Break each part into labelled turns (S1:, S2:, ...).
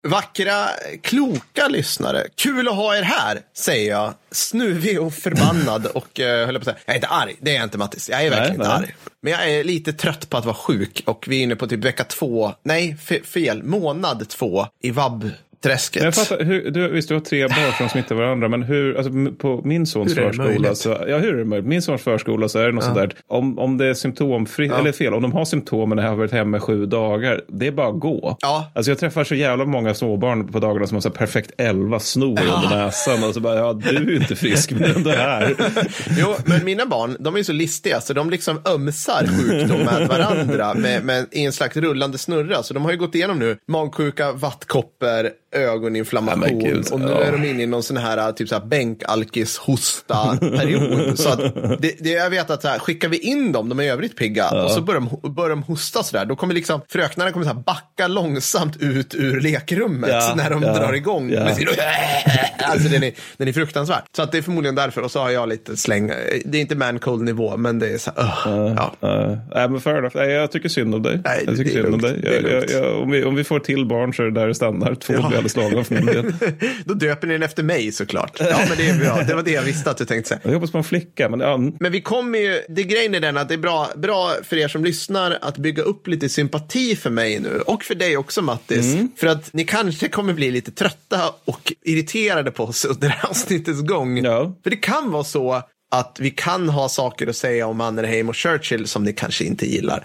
S1: Vackra, kloka lyssnare. Kul att ha er här, säger jag. Snuvig och förbannad och höll på att säga. Jag är inte arg, det är jag inte, Mattis. Jag är verkligen inte arg. Men jag är lite trött på att vara sjuk och vi är inne på typ vecka 2. Nej, fel. Månad 2 i vabbträsket.
S2: Jag fattar, visst du har 3 barn som smittar varandra, men hur, alltså på min sons förskola så, hur är det möjligt? Min sons förskola så är det något sånt där, om det är symptomfritt, eller fel, om de har symptom och har varit hemma i 7 dagar, det är bara att gå. Ja. Alltså jag träffar så jävla många småbarn på dagarna som har så perfekt 11 snor under näsan och så bara, du är inte frisk med det här.
S1: Jo, men mina barn, de är så listiga så de liksom ömsar sjukdom med varandra med i en slags rullande snurra, så de har ju gått igenom nu magsjuka, vattkoppor, ögoninflammation och nu är de inne i någon sån här typ så här bänkalkis hosta period, så att det jag vet att så här, skickar vi in dem, de är övrigt pigga och så börjar de hosta så där, då kommer liksom fröknarna kommer så här backa långsamt ut ur lekrummet när de drar igång alltså den är fruktansvärd, så att det är förmodligen därför, och så har jag lite släng, det är inte man-cold nivå, men det är så
S2: nej men fair enough. Jag tycker synd om dig. Jag tycker synd om dig. Om vi får till barn så är det där det stannar. 2 blir alldeles slagen för min del.
S1: Då döper ni den efter mig såklart. Ja, men det är bra. Det var det jag visste att du tänkte säga.
S2: Jag hoppas på en flicka, men
S1: vi kommer ju, det grejen är den att det är bra för er som lyssnar att bygga upp lite sympati för mig nu, och för dig också, Mattis. För att ni kanske kommer bli lite trötta och irriterade på oss under avsnittets gång. För det kan vara så att vi kan ha saker att säga om Mannerheim och Churchill som ni kanske inte gillar.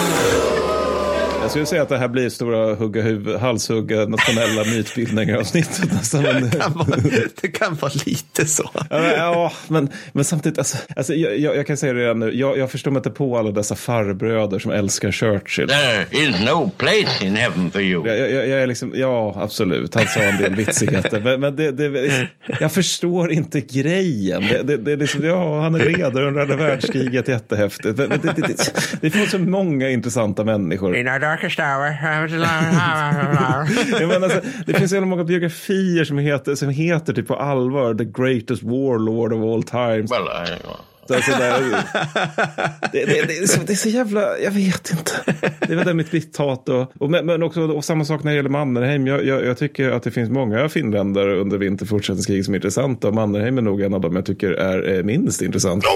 S2: Jag skulle säga att det här blir stora halshugga nationella mytbildningar avsnittet nästan.
S1: Det kan vara lite så.
S2: Men samtidigt, alltså jag kan säga det redan nu. Jag förstår mig inte på alla dessa farbröder som älskar Churchill.
S3: There is no place in heaven for you.
S2: Jag är liksom, absolut. Han sa en del vitsigheter. Men jag förstår inte grejen. Det är liksom, han är ledare under andra världskriget, jättehäftigt. Det finns så många intressanta människor. Det finns så många biografier som heter typ på allvar The Greatest Warlord of All Times. Det är så jävla, jag vet inte. Det var där mitt citat men också och samma sak när det gäller Mannerheim. Jag tycker att det finns många finländare under vinterfortsättningskrig som är intressanta, och Mannerheim är nog en av dem jag tycker är minst intressant.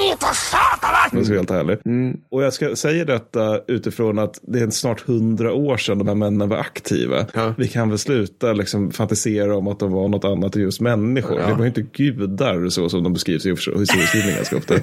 S2: Jag ska helt ärlig. Och jag ska säga detta utifrån att det är snart 100 år sedan de här männen var aktiva. Vi kan väl sluta liksom fantisera om att de var något annat än just människor. Det var ju inte gudar så som de beskrivs i historieskrivningar ska ofta.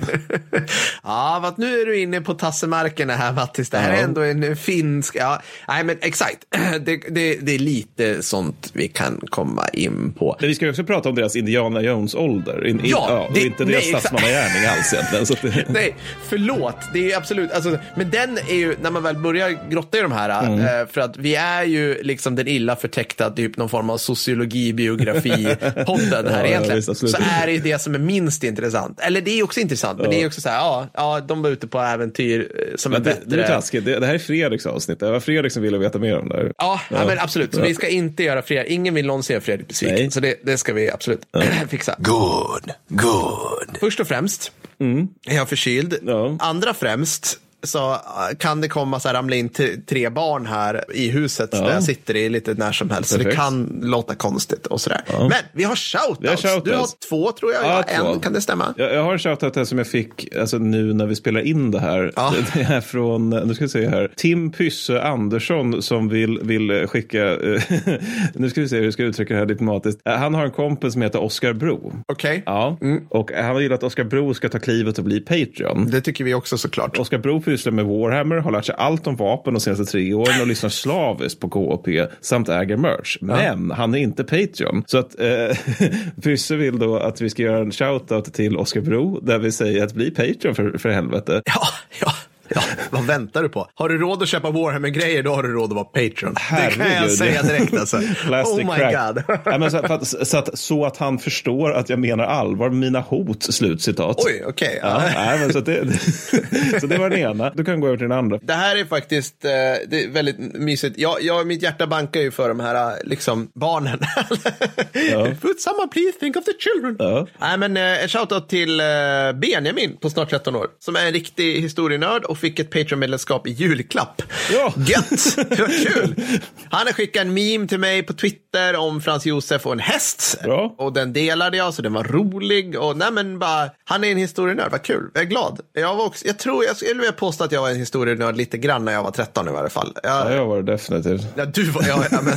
S1: Vad nu är du inne på tassemarkerna här, Mattis. Det här är ändå en finsk... nej men exakt. Det är lite sånt vi kan komma in på.
S2: Men vi ska också prata om deras Indiana Jones-ålder. Inte deras statsmannagärning alls egentligen. Så
S1: nej, förlåt. Det är absolut... Alltså, men den är ju, när man väl börjar grotta i de här, för att vi är ju liksom den illa förtäckta typ någon form av sociologi-biografi-podden här egentligen. Visst, så är det det som är minst intressant. Eller det är också intressant, men det är också så här, de var ute på äventyr som är bättre.
S2: Det är taskigt. Det här är Fredriks avsnitt. Det var Fredrik som ville veta mer om det här.
S1: Ja, men absolut. Så vi ska inte göra Fredrik. Ingen vill någonsin göra Fredrik besviken. Så det ska vi absolut fixa.
S3: Good.
S1: Först och främst är jag förkyld. Andra främst så kan det komma så här, ramla in 3 barn här i huset där jag sitter i lite när som helst. Så det kan låta konstigt och sådär. Men vi har shoutouts. Du har 2 tror jag. En, kan det stämma?
S2: Jag har en shoutout här som jag fick alltså, nu när vi spelar in det här. Det är från, nu ska vi se här, Tim Pysse Andersson som vill skicka nu ska vi se hur jag ska uttrycka det här diplomatiskt. Han har en kompis som heter Oskar Bro.
S1: Okej.
S2: Och han vill att Oskar Bro ska ta klivet och bli Patreon.
S1: Det tycker vi också såklart.
S2: Oskar Bro pysslar med Warhammer, har lärt sig allt om vapen de senaste 3 åren och lyssnar slaviskt på KOP samt äger merch. Men han är inte Patreon. Så att Pysse vill då att vi ska göra en shoutout till Oskar Bro där vi säger att bli Patreon för helvete.
S1: Ja, vad väntar du på? Har du råd att köpa Warhammer-grejer, då har du råd att vara Patreon.
S2: Herregud.
S1: Det kan jag säga direkt alltså. Oh my god.
S2: Ja, men så att han förstår att jag menar allvar med mina hot, slutcitat.
S1: Oj, okej.
S2: Så det var den ena. Du kan gå över till den andra.
S1: Det här är faktiskt det är väldigt mysigt. Mitt hjärta bankar ju för de här liksom barnen. Put someone please think of the children. Nej, men en shoutout till Benjamin på snart 13 år som är en riktig historienörd och och fick ett Patreon-medlemskap i julklapp.
S2: Ja.
S1: Gött! Det var kul! Han har skickat en meme till mig på Twitter om Frans Josef och en häst.
S2: Bra.
S1: Och den delade jag, så den var rolig. Och nej, men bara, han är en historienörd, vad kul. Jag är glad. Jag tror, jag skulle vilja påstå att jag var en historienörd lite grann när jag var 13 i varje fall.
S2: Jag var definitivt.
S1: Ja, du var,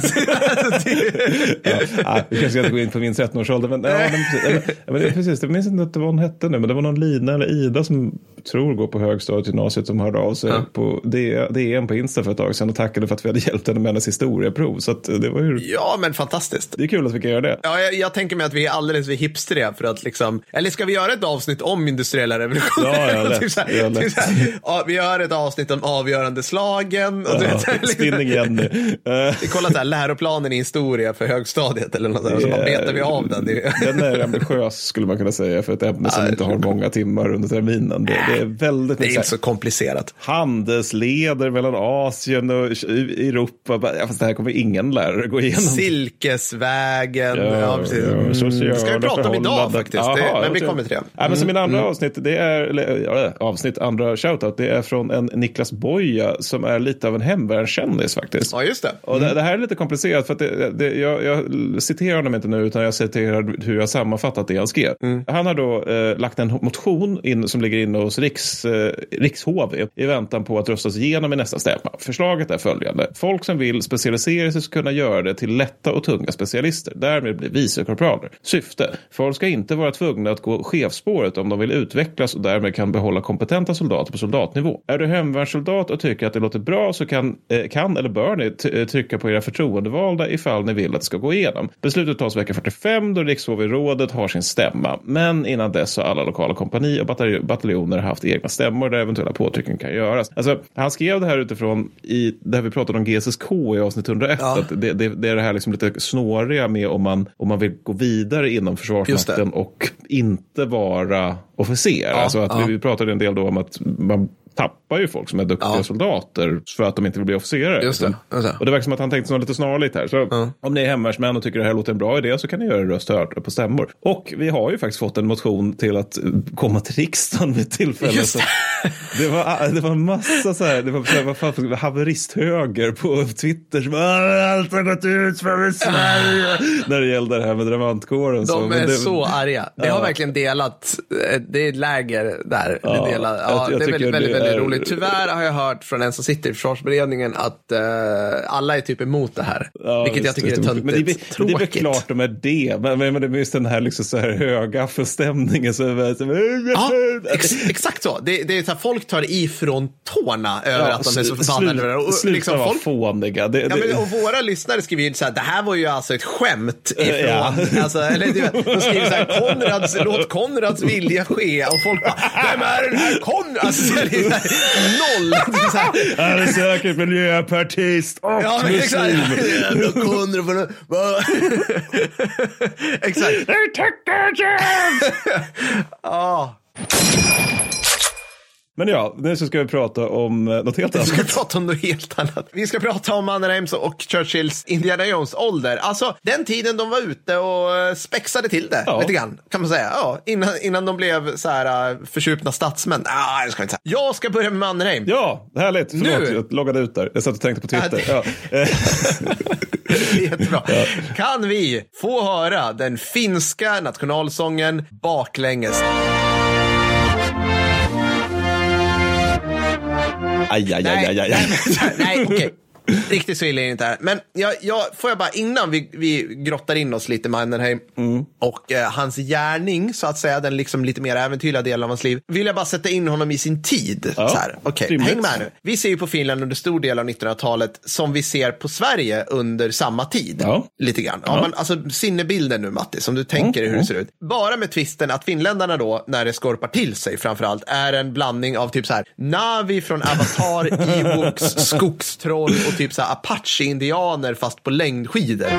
S2: Vi kanske ska gå in på min 13-årsålder, men det precis, jag minns inte att det var hon hette nu, men det var någon Lina eller Ida som tror går på högstadiet gymnasiet som hörde av sig på DN på Insta för ett tag sedan och tackade för att vi hade hjälpt henne med hennes historieprov, så att det var ju...
S1: Ja, men fantastiskt.
S2: Det är kul att vi kan göra det.
S1: Ja, jag tänker mig att vi är alldeles för hipstriga för att liksom, eller ska vi göra ett avsnitt om industriella revolutioner?
S2: Ja,
S1: typ ja, vi gör ett avsnitt om avgörande slagen och
S2: spinning igen.
S1: Vi kollar så här läroplanen i historia för högstadiet eller något sånt, så bara betar vi av den.
S2: Den är ambitiös skulle man kunna säga för ett ämne som inte har många timmar under terminen. Det är väldigt...
S1: Det är inte så komplicerat.
S2: Handelsleder mellan Asien och Europa. Fast det här kommer ingen lärare gå igenom.
S1: Silkesvägen. Ja, precis.
S2: Ja,
S1: ska vi prata om idag faktiskt. Men vi kommer till det.
S2: Men som min andra avsnitt, det är andra shoutout, det är från en Niklas Boja som är lite av en hemvärnskändis faktiskt.
S1: Ja, just det.
S2: Och det här är lite komplicerat för att jag citerar honom inte nu, utan jag citerar hur jag sammanfattat det han skrev. Han har då lagt en motion som ligger inne hos Riks-HV i väntan på att röstas igenom i nästa stämma. Förslaget är följande. Folk som vill specialisera sig ska kunna göra det till lätta och tunga specialister. Därmed blir vicekorpraler. Syfte. Folk ska inte vara tvungna att gå chefsspåret om de vill utvecklas och därmed kan behålla kompetenta soldater på soldatnivå. Är du hemvärnssoldat och tycker att det låter bra så kan eller bör ni trycka på era förtroendevalda ifall ni vill att det ska gå igenom. Beslutet tas vecka 45 då Riks-HV-rådet har sin stämma. Men innan dess har alla lokala kompani och bataljoner haft egna stämmor där eventuella påtryckningar kan göras. Alltså, han skrev det här utifrån där vi pratade om GSSK i avsnitt 101. Ja. Att det är det här liksom lite snåriga med om man vill gå vidare inom Försvarsmakten och inte vara officer. Alltså att vi pratade en del då om att man tappar ju folk som är duktiga soldater för att de inte vill bli officerare.
S1: Just det.
S2: Och det verkar som att han tänkte så lite snarligt här. Så om ni är hemvärnsmän och tycker det här låter en bra idé så kan ni göra röst hörd på stämmor. Och vi har ju faktiskt fått en motion till att komma till riksdagen vid tillfälle. Så det var en massa så här, det var haveristhöger på Twitter som allt har gått ut för Sverige när det gällde det här med Dramatkåren.
S1: De är så arga. Det har verkligen delat, det är ett läger där. Det är väldigt roligt. Tyvärr har jag hört från en som sitter i försvarsberedningen att alla är typ emot det här. Vilket jag tycker är töntigt.
S2: Men det är väl klart de är det. Men det är just den här, liksom så här höga förstämningen.
S1: Exakt så. Det är så här, folk tar ifrån tårna över att de är så förbannade.
S2: Sluta liksom, vara fåniga.
S1: Och våra lyssnare skriver ju så här, det här var ju alltså ett skämt ifrån. Alltså, eller de skriver så här, låt Konrads vilja ske. Och folk bara, vem är den här Konrad? Alltså, noll.
S2: Han är säkert miljöpartist och muslim.
S1: Exakt.
S2: Men ja, nu så ska vi prata om något helt annat.
S1: Vi ska prata om något helt annat. Vi ska prata om Mannerheims och Churchills Indiana Jones ålder. Alltså, den tiden de var ute och spexade till det lite grann, kan man säga. Ja, innan de blev så här försupna statsmän. Jag ska inte säga. Jag ska börja med Mannerheim.
S2: Ja, härligt. Förlåt, jag loggade ut där. Jag satt och tänkte på Twitter.
S1: Jättebra. Kan vi få höra den finska nationalsången baklänges? Nej, okej. Riktigt så illa är det inte här. Men får jag bara, innan vi grottar in oss lite med Mannerheim och hans gärning, så att säga, den liksom lite mer äventyrliga delen av hans liv, vill jag bara sätta in honom i sin tid. Så här, okej, häng med nu. Vi ser ju på Finland under stor del av 1900-talet som vi ser på Sverige under samma tid. Lite grann. Alltså sinnebilden nu, Matti, som du tänker hur det ser ut. Bara med twisten att finländarna då, när det skorpar till sig framförallt, är en blandning av typ så här Navi från Avatar, Ewoks, skogstroll och typ så här Apache-indianer fast på längdskidor.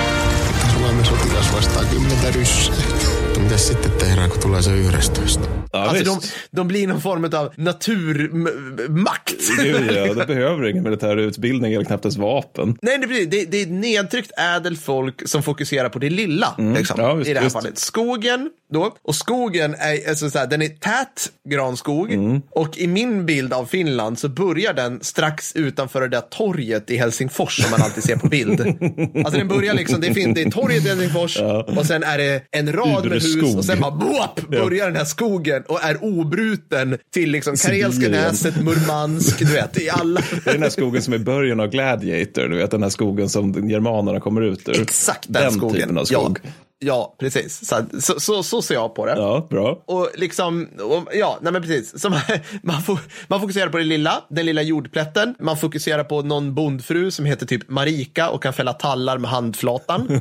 S4: Suomen sotilas vastaa 10 ryssää. Mitäs sitten tehdään, kun tulee se 11?
S1: Alltså de blir någon form av naturmakt.
S2: Ja, det behöver ingen militär utbildning eller knappt ens vapen.
S1: Nej, det är nedtryckt ädelt folk som fokuserar på det lilla liksom, i det här fallet. Skogen då, och skogen är alltså så här, den är tät granskog och i min bild av Finland så börjar den strax utanför det där torget i Helsingfors som man alltid ser på bild. Alltså den börjar liksom, det är torget i Helsingfors och sen är det en rad med hus och sen bara börjar den här skogen och är obruten till liksom Karelska näset, Murmansk, du vet, i alla.
S2: Det är den här skogen som är början av Gladiator, du vet, den här skogen som germanerna kommer ut ur.
S1: Exakt den skogen.
S2: Typen av skog.
S1: Ja, precis. Så ser jag på det.
S2: Ja, bra.
S1: Och liksom, nej men precis. Så man fokuserar på den lilla jordplätten. Man fokuserar på någon bondfru som heter typ Marika och kan fälla tallar med handflatan.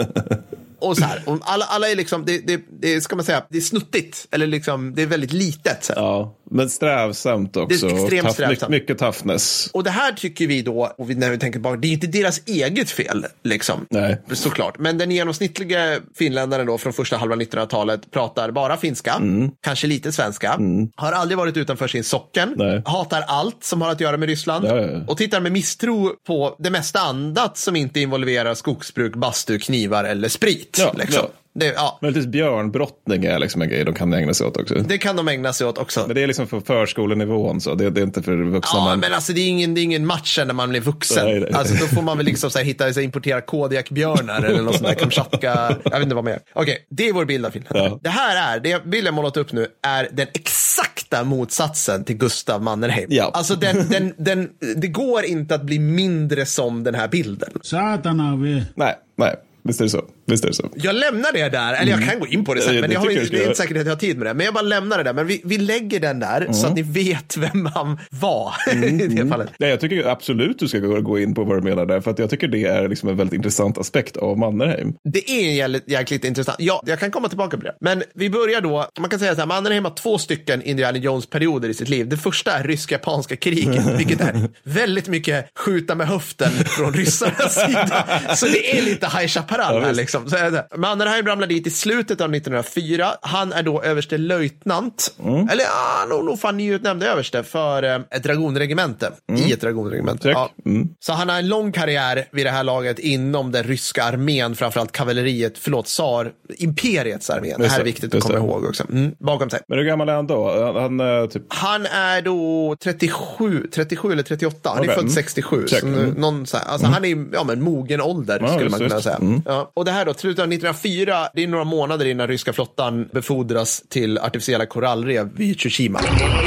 S1: Och så här, och alla är liksom, det ska man säga, det är snuttigt. Eller liksom, det är väldigt litet. Så.
S2: Ja, men strävsamt också.
S1: Det är extremt strävsamt.
S2: Mycket toughness.
S1: Och det här tycker vi då, och när vi tänker på det är inte deras eget fel, liksom. Nej. Såklart. Men den genomsnittliga finländaren då från första halva 1900-talet pratar bara finska, kanske lite svenska, har aldrig varit utanför sin socken, hatar allt som har att göra med Ryssland och tittar med misstro på det mesta annat som inte involverar skogsbruk, bastu, knivar eller sprit. Liksom.
S2: Möjligtvis björnbrottning är liksom en grej de kan ägna sig åt också.
S1: Det kan de ägna sig åt också.
S2: Men det är liksom för förskolenivån så. Det är inte för vuxna.
S1: Ja, men alltså det är ingen match när man blir vuxen. Nej. Alltså då får man väl liksom så här, hitta så här, importera kodiakbjörnar eller något sånt där Kamchatka. Jag vet inte vad mer. Okej, det är vår bild av Finland. Ja. Det här är, det bilden jag målat upp nu är den exakta motsatsen till Gustav Mannerheim. Ja. Alltså det går inte att bli mindre som den här bilden.
S2: Satana vi. Nej. Visst är det så. Jag
S1: lämnar det där, eller jag kan gå in på det sen, men det är inte säkert att jag har tid med det. Men jag bara lämnar det där, men vi lägger den där så att ni vet vem han var i det fallet.
S2: Ja, jag tycker absolut du ska gå in på vad du menar där, för att jag tycker det är liksom en väldigt intressant aspekt av Mannerheim.
S1: Det är jäkligt intressant. Ja, jag kan komma tillbaka på det. Men vi börjar då, man kan säga så här, Mannerheim har 2 stycken Indiana Jones-perioder i sitt liv. Det första är rysk-japanska kriget, vilket är väldigt mycket skjuta med höften från ryssarnas sida. Så det är lite High Chaparral här liksom. Så är det. Mannerheim ramlade dit i slutet av 1904. Han är då överste löjtnant. Eller nog fan nyutnämnd överste för ett dragonregemente. I ett dragonregemente. Ja. Så han har en lång karriär vid det här laget inom den ryska armén, framförallt kavalleriet, imperiets armé. Det här är viktigt att komma ihåg också. Bakom sig.
S2: Men hur gammal är han då?
S1: Han är då 37 eller 38. Han är född 67. Så någon så här, alltså han är men mogen ålder skulle man kunna säga. Ja. Och det här då, slutet av 1904, det är några månader innan ryska flottan befordras till artificiella korallrev vid Tsushima.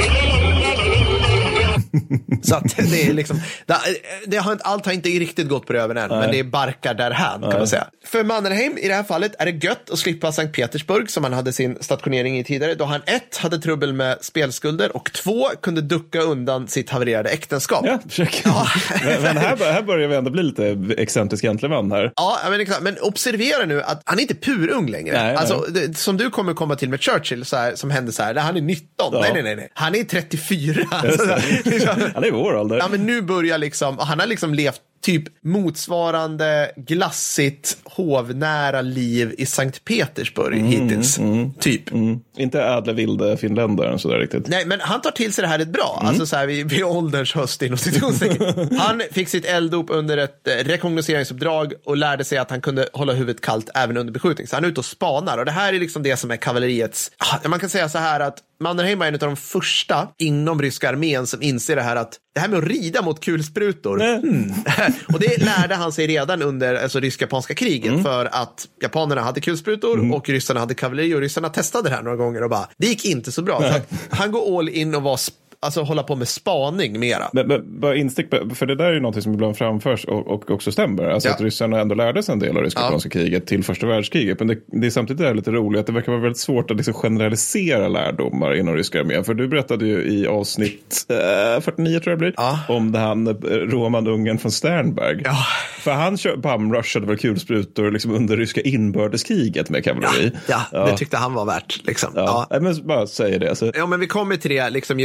S1: Så att det är liksom, allt har inte riktigt gått på röven än, men det barkar därhän kan man säga. För Mannerheim i det här fallet är det gött att slippa Sankt Petersburg som han hade sin stationering i tidigare, då han 1 hade trubbel med spelskulder och 2 kunde ducka undan sitt havererade äktenskap.
S2: Ja, försök. Ja. men här börjar vi ändå bli lite excentrisk gentleman här.
S1: Ja, men observera nu att han är inte purung längre. Nej. Alltså, som du kommer komma till med Churchill så här, som hände så här, där han är 19. Ja. Nej. Han är 34.
S2: Han är vår ålder.
S1: Ja, men nu börjar liksom, han har liksom levt typ motsvarande glassigt hovnära liv i Sankt Petersburg hittills. Typ.
S2: Inte ädla vilda finländare så där riktigt.
S1: Nej, men han tar till sig det här rätt bra. Alltså så här vid ålderns höst inom situationstecken. Han fick sitt elddop under ett rekognoseringsuppdrag och lärde sig att han kunde hålla huvudet kallt även under beskjutning. Så han är ute och spanar, och det här är liksom det som är kavalleriets. Man kan säga så här att Mannerheim var en av de första inom ryska armén som inser det här att det här med att rida mot kulsprutor. Och det lärde han sig redan under rysk-japanska kriget, för att japanerna hade kulsprutor och ryssarna hade kavalleri, och ryssarna testade det här några gånger och bara, det gick inte så bra. Så han går all in och hålla på med spaning mera.
S2: Men bara instick, för det där är ju något som ibland framförs och också stämmer. Alltså att ryssarna ändå lärde sig en del av rysk-japanska kriget till första världskriget. Men det är samtidigt lite roligt att det verkar vara väldigt svårt att liksom generalisera lärdomar inom ryska armén. För du berättade ju i avsnitt 49 tror jag blir, om det här Roman-ungen från Sternberg. Ja. För han bumrushade väl kulsprutor liksom under ryska inbördeskriget med kavalleri.
S1: Ja, det tyckte han var värt. Liksom.
S2: Ja. Men bara säga det. Alltså.
S1: Ja, men vi kommer till det liksom just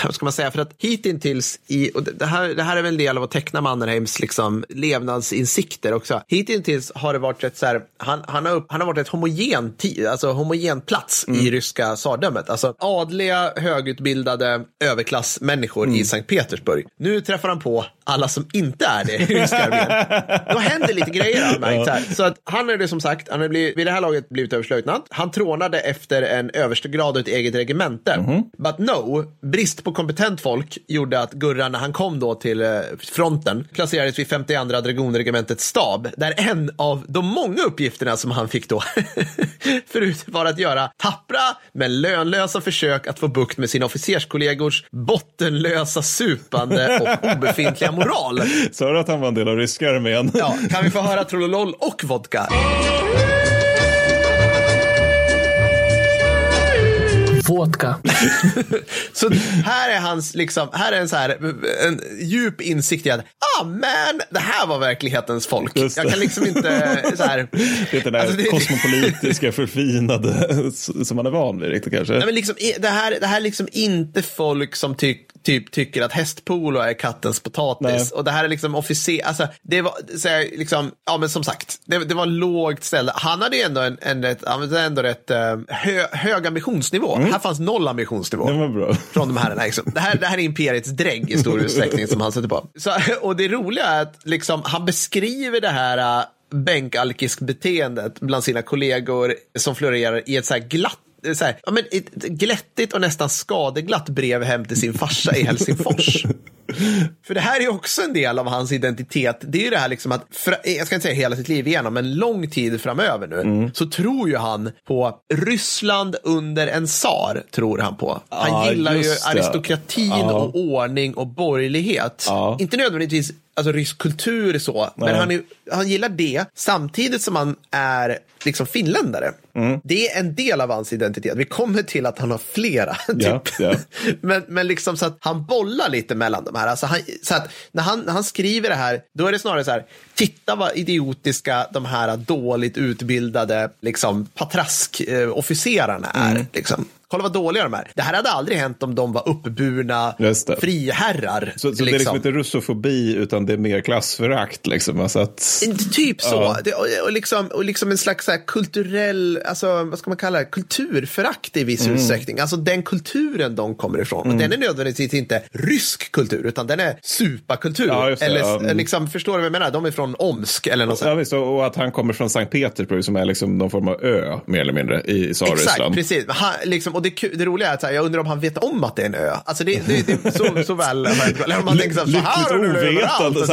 S1: vad ska man säga, för att hittills och det här är väl en del av att teckna Mannerheims liksom levnadsinsikter också. Hittills har det varit rätt så här, han har varit ett homogen plats i ryska tsardömet. Alltså adliga, högutbildade överklassmänniskor i Sankt Petersburg. Nu träffar han på alla som inte är det i ryska armén. Då händer lite grejer. Så att han är det, som sagt, han har vid det här laget blivit överstelöjtnant. Han trånade efter en överstegrad och ett eget regemente. But no, brist på kompetent folk gjorde att Gurra, när han kom då till fronten, placerades vid 52:a dragonregementets stab, där en av de många uppgifterna som han fick då förut var att göra tappra men lönlösa försök att få bukt med sina officerskollegors bottenlösa supande och obefintliga moral.
S2: Sa du att han var en del av ryska armén?
S1: Ja, kan vi få höra trollolol och vodka?
S4: Vodka.
S1: Så här är hans liksom, här är en djup insikt i att men det här var verklighetens folk. Jag kan liksom inte så här,
S2: det är den där kosmopolitiska förfinade som man är van vid riktigt kanske.
S1: Nej, men liksom, det här är liksom inte folk som tycker att hästpolo är kattens potatis. Nej. Och det här är liksom alltså det var så här, liksom, ja men som sagt, det var lågt ställda. Han hade ändå en rätt hög ambitionsnivå. Här fanns 0 ambitionsnivå.
S2: Det var bra.
S1: Från de här liksom. Det här är imperiets drägg i stor utsträckning som han sätter på. Så, och det roliga är att liksom, han beskriver det här bänkalkisk beteendet bland sina kollegor som florerar i ett så här glatt, så här, ja, men ett glättigt och nästan skadeglatt brev hem till sin farsa i Helsingfors. För det här är också en del av hans identitet. Det är ju det här liksom att, jag ska inte säga hela sitt liv igenom, men lång tid framöver nu, så tror ju han på Ryssland under en tsar, tror han på. Han gillar ju aristokratin och ordning och borgerlighet. Inte nödvändigtvis alltså rysk kultur så, men han gillar det samtidigt som han är liksom finländare. Det är en del av hans identitet. Vi kommer till att han har flera typ. Men liksom så att han bollar lite mellan de här. Alltså så att när han skriver det här, då är det snarare så här, titta vad idiotiska de här dåligt utbildade liksom patrask-officerarna är liksom. Kolla vad dåliga de är. Det här hade aldrig hänt om de var uppburna friherrar.
S2: Så liksom. Det är liksom inte russofobi, utan det är mer klassförakt liksom. Alltså att,
S1: typ så. Det, och liksom en slags så här kulturell, alltså vad ska man kalla det? Kulturförakt i viss utsträckning. Alltså den kulturen de kommer ifrån. Den är nödvändigtvis inte rysk kultur, utan den är supakultur. Eller liksom, förstår du vad jag menar? De är från Omsk eller något sånt.
S2: Ja, visst, och att han kommer från Sankt Petersburg som är liksom någon form av ö, mer eller mindre, i Tsarryssland.
S1: Exakt, precis. Och det roliga är att jag undrar om han vet om att det är en ö. Alltså det är så väl. Eller om man tänker så här har du överallt.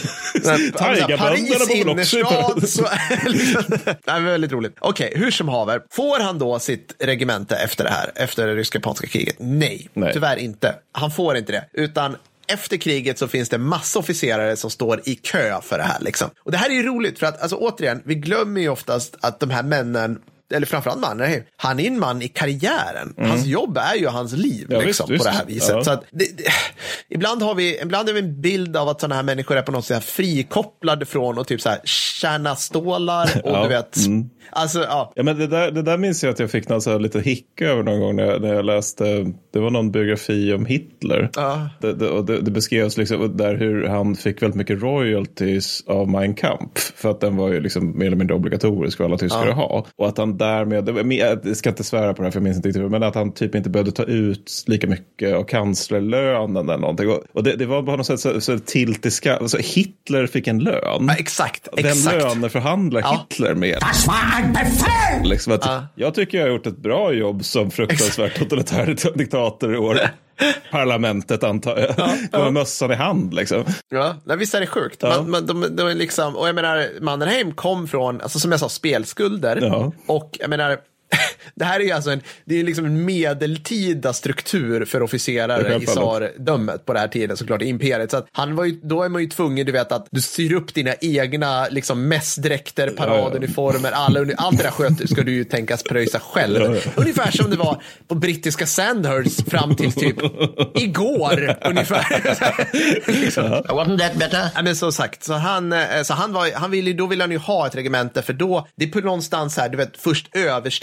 S1: Paris innerstad. Det är väldigt roligt. Okej, hur som haver. Får han då sitt regemente efter det här? Efter det rysk-japanska kriget? Nej, tyvärr inte. Han får inte det. Utan efter kriget så finns det massa officerare som står i kö för det här liksom. Och det här är ju roligt för att, alltså återigen, vi glömmer ju oftast att de här männen, eller framförallt mannen, han är en man i karriären. Hans jobb är ju hans liv liksom, visst, på det här viset. Ja. Så att ibland har vi en bild av att sådana här människor är på något sätt frikopplade från och typ så här tjäna stålar och du vet. Alltså,
S2: ja, men det där minns jag att jag fick någon lite hicka över någon gång när jag läste, det var någon biografi om Hitler. Det beskrevs liksom där hur han fick väldigt mycket royalties av Mein Kampf, för att den var ju liksom mer eller mindre obligatorisk för alla tyskar att ha. Och att han därmed, jag ska inte svära på det här för jag minns inte riktigt, men att han typ inte behövde ta ut lika mycket av kanslerlönen eller någonting. Och det var bara något sätt så tiltiska, alltså Hitler fick en lön.
S1: Ja, exakt.
S2: Den lönen förhandlar Hitler med. Liksom att jag tycker jag har gjort ett bra jobb som fruktansvärt totalitär diktator i år. Parlamentet antar jag. Med mössan i hand liksom.
S1: Ja, visst är det sjukt. De är liksom, och jag menar, Mannerheim kom från, alltså som jag sa, spelskulder. Och jag menar, det här är ju alltså det är liksom en medeltida struktur för officerare i tsardömet på det här tiden, såklart i imperiet. Så att då är man ju tvungen, du vet, att du styr upp dina egna liksom mässdräkter, paraduniformer, allt det där ska du ju tänkas pröjsa själv. Ungefär som det var på brittiska Sandhurst fram till typ igår ungefär. Liksom.
S3: Wasn't that better?
S1: Ja, men så sagt, då ville han ju ha ett regemente, för då det är på någonstans här, du vet, först överste nivå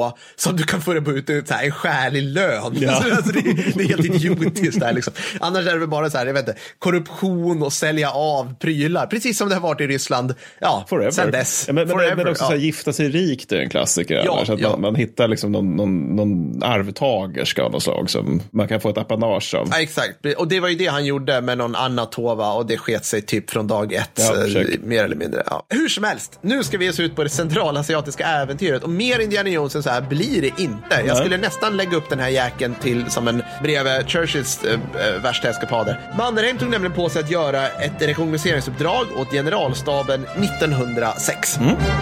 S1: få som du kan få det ut så här, en skälig lön. Ja. Alltså, det är helt idiotiskt där liksom. Annars är det bara så här, jag vet inte, korruption och sälja av prylar. Precis som det har varit i Ryssland, sen dess.
S2: Ja, men också så här, gifta sig rikt är en klassiker. Så att man hittar liksom någon arvtagerska av något slag som man kan få ett apanage av.
S1: Ja, exakt. Och det var ju det han gjorde med någon Anatova och det sket sig typ från dag ett, mer eller mindre. Ja. Hur som helst, nu ska vi ge oss ut på det centralasiatiska äventyret och mer Indiana Jones än så här blir det inte. Jag skulle nästan lägga upp den här jäkeln till som en bredvid Churchills värsta eskapader. Mannerheim tog nämligen på sig att göra ett rekognoseringsuppdrag åt generalstaben 1906.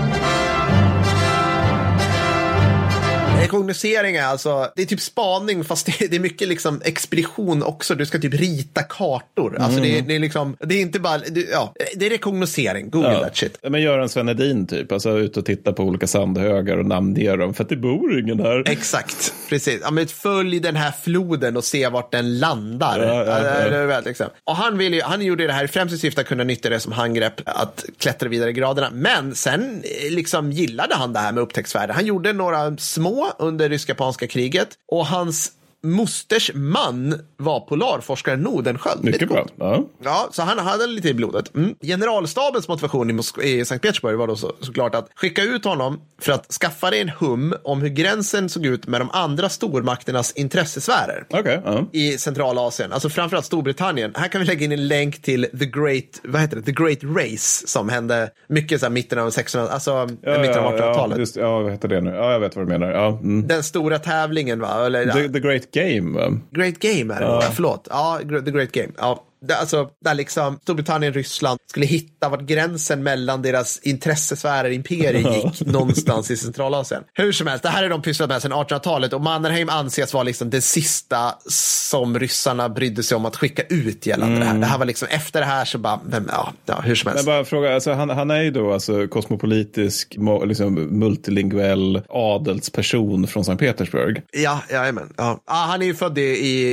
S1: Rekognosering är alltså, det är typ spaning fast det är mycket liksom expedition också. Du ska typ rita kartor. Alltså det är liksom, det är inte bara, det är rekognosering. Google that shit.
S2: Men gör en Sven Hedin typ, alltså ut och titta på olika sandhögar och namnge dem för att det bor ingen här.
S1: Exakt, precis. Ja, men följ den här floden och se vart den landar. Liksom. Och han gjorde det här främst i syfte att kunna nyttja det som handgrepp att klättra vidare i graderna. Men sen liksom gillade han det här med upptäcktsvärde. Han gjorde några små under rysk-japanska kriget och hans mosters man var polarforskaren Nordenskiöld.
S2: Mycket bra.
S1: Ja, så han hade lite i blodet. Generalstabens motivation i Sankt Petersburg var då såklart att skicka ut honom för att skaffa dig en hum om hur gränsen såg ut med de andra stormakternas intressesfärer i Centralasien. Alltså framförallt Storbritannien. Här kan vi lägga in en länk till The Great Race som hände mycket så här mitten av 1600-talet, alltså mitten av 1800-talet.
S2: Vad heter det nu? Ja, jag vet vad du menar.
S1: Den stora tävlingen, va? Eller,
S2: The Great Game.
S1: Great Game är det, förlåt. Ja, The Great Game. Ja. Där liksom Storbritannien och Ryssland skulle hitta vart gränsen mellan deras intressesfärer imperier gick någonstans i Centralasien. Hur som helst, det här är de pysslat med sedan 1800-talet och Mannerheim anses vara liksom det sista som ryssarna brydde sig om att skicka ut gällande det här. Det här var liksom efter det här så bara, hur som helst.
S2: Men bara fråga, alltså han är ju då alltså kosmopolitisk, liksom multilinguell adelsperson från Sankt Petersburg.
S1: Han är ju född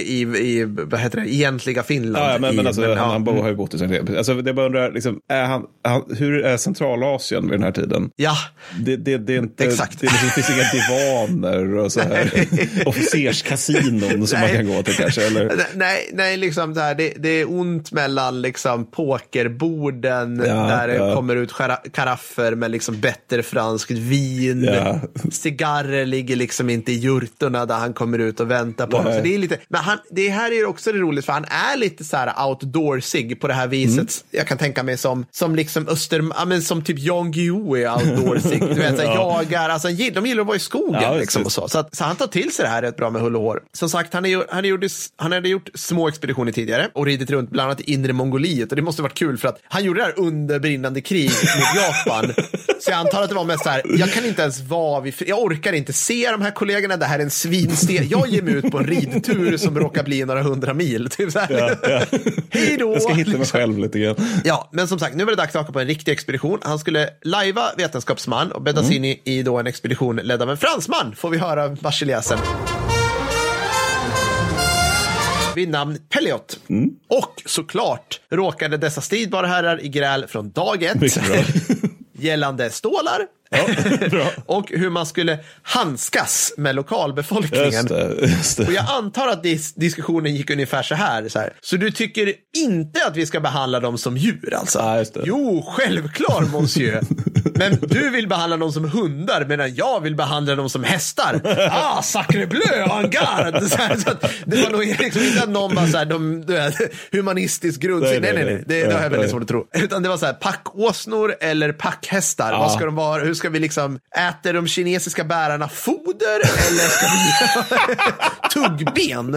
S1: i vad heter det, egentliga Finland.
S2: Men alltså, han har ju bott i Sankt Petersburg. Alltså, det bara undrar, liksom, hur är Centralasien vid den här tiden?
S1: Ja,
S2: det är inte,
S1: exakt.
S2: Det finns inga divaner och så här officerskasinon som man kan gå till kanske, eller?
S1: Nej, liksom det här, det är ont mellan liksom pokerborden där det kommer ut karaffer med liksom bättre franskt vin. Cigarrer ligger liksom inte i jurtorna där han kommer ut och väntar på honom. Så det är lite, men det här är också det roligt för han är lite så här outdoorsig på det här viset. Jag kan tänka mig som liksom som typ Jan Guillou är outdoorsig. Du vet, så jagar, alltså de gillar att vara i skogen liksom och så han tar till sig det här rätt bra med hull och hår. Som sagt, han hade gjort små expeditioner tidigare och ridit runt bland annat i inre Mongoliet och det måste varit kul för att han gjorde det här under brinnande krig mot Japan. Så jag antar att det var mest så här, jag kan inte ens jag orkar inte se de här kollegorna, det här är en svinsten. Jag ger mig ut på en ridtur som råkar bli några 100 mil typ så här. Hej då!
S2: Jag ska hitta mig själv lite grann.
S1: Ja, men som sagt, nu var det dags att åka på en riktig expedition. Han skulle lajva vetenskapsman och bäddas in i då en expedition ledd av en fransman, får vi höra Bacheliasen. Vid namn Pelliot. Och såklart råkade dessa stridbara herrar i gräl från dag ett gällande stålar och hur man skulle handskas med lokalbefolkningen.
S2: Just det.
S1: Och jag antar att diskussionen gick ungefär så här. Så du tycker inte att vi ska behandla dem som djur alltså? Jo, självklart monsieur. Men du vill behandla dem som hundar medan jag vill behandla dem som hästar. Sacré bleu, en garde. Det var nog liksom inte att någon var så här, humanistisk grundsyn. Nej. Det har jag väldigt svårt att tro. Utan det var så här, packåsnor eller packhästar. Vad ska de vara? Hur ska vi liksom, äter de kinesiska bärarna foder eller ska vi tuggben?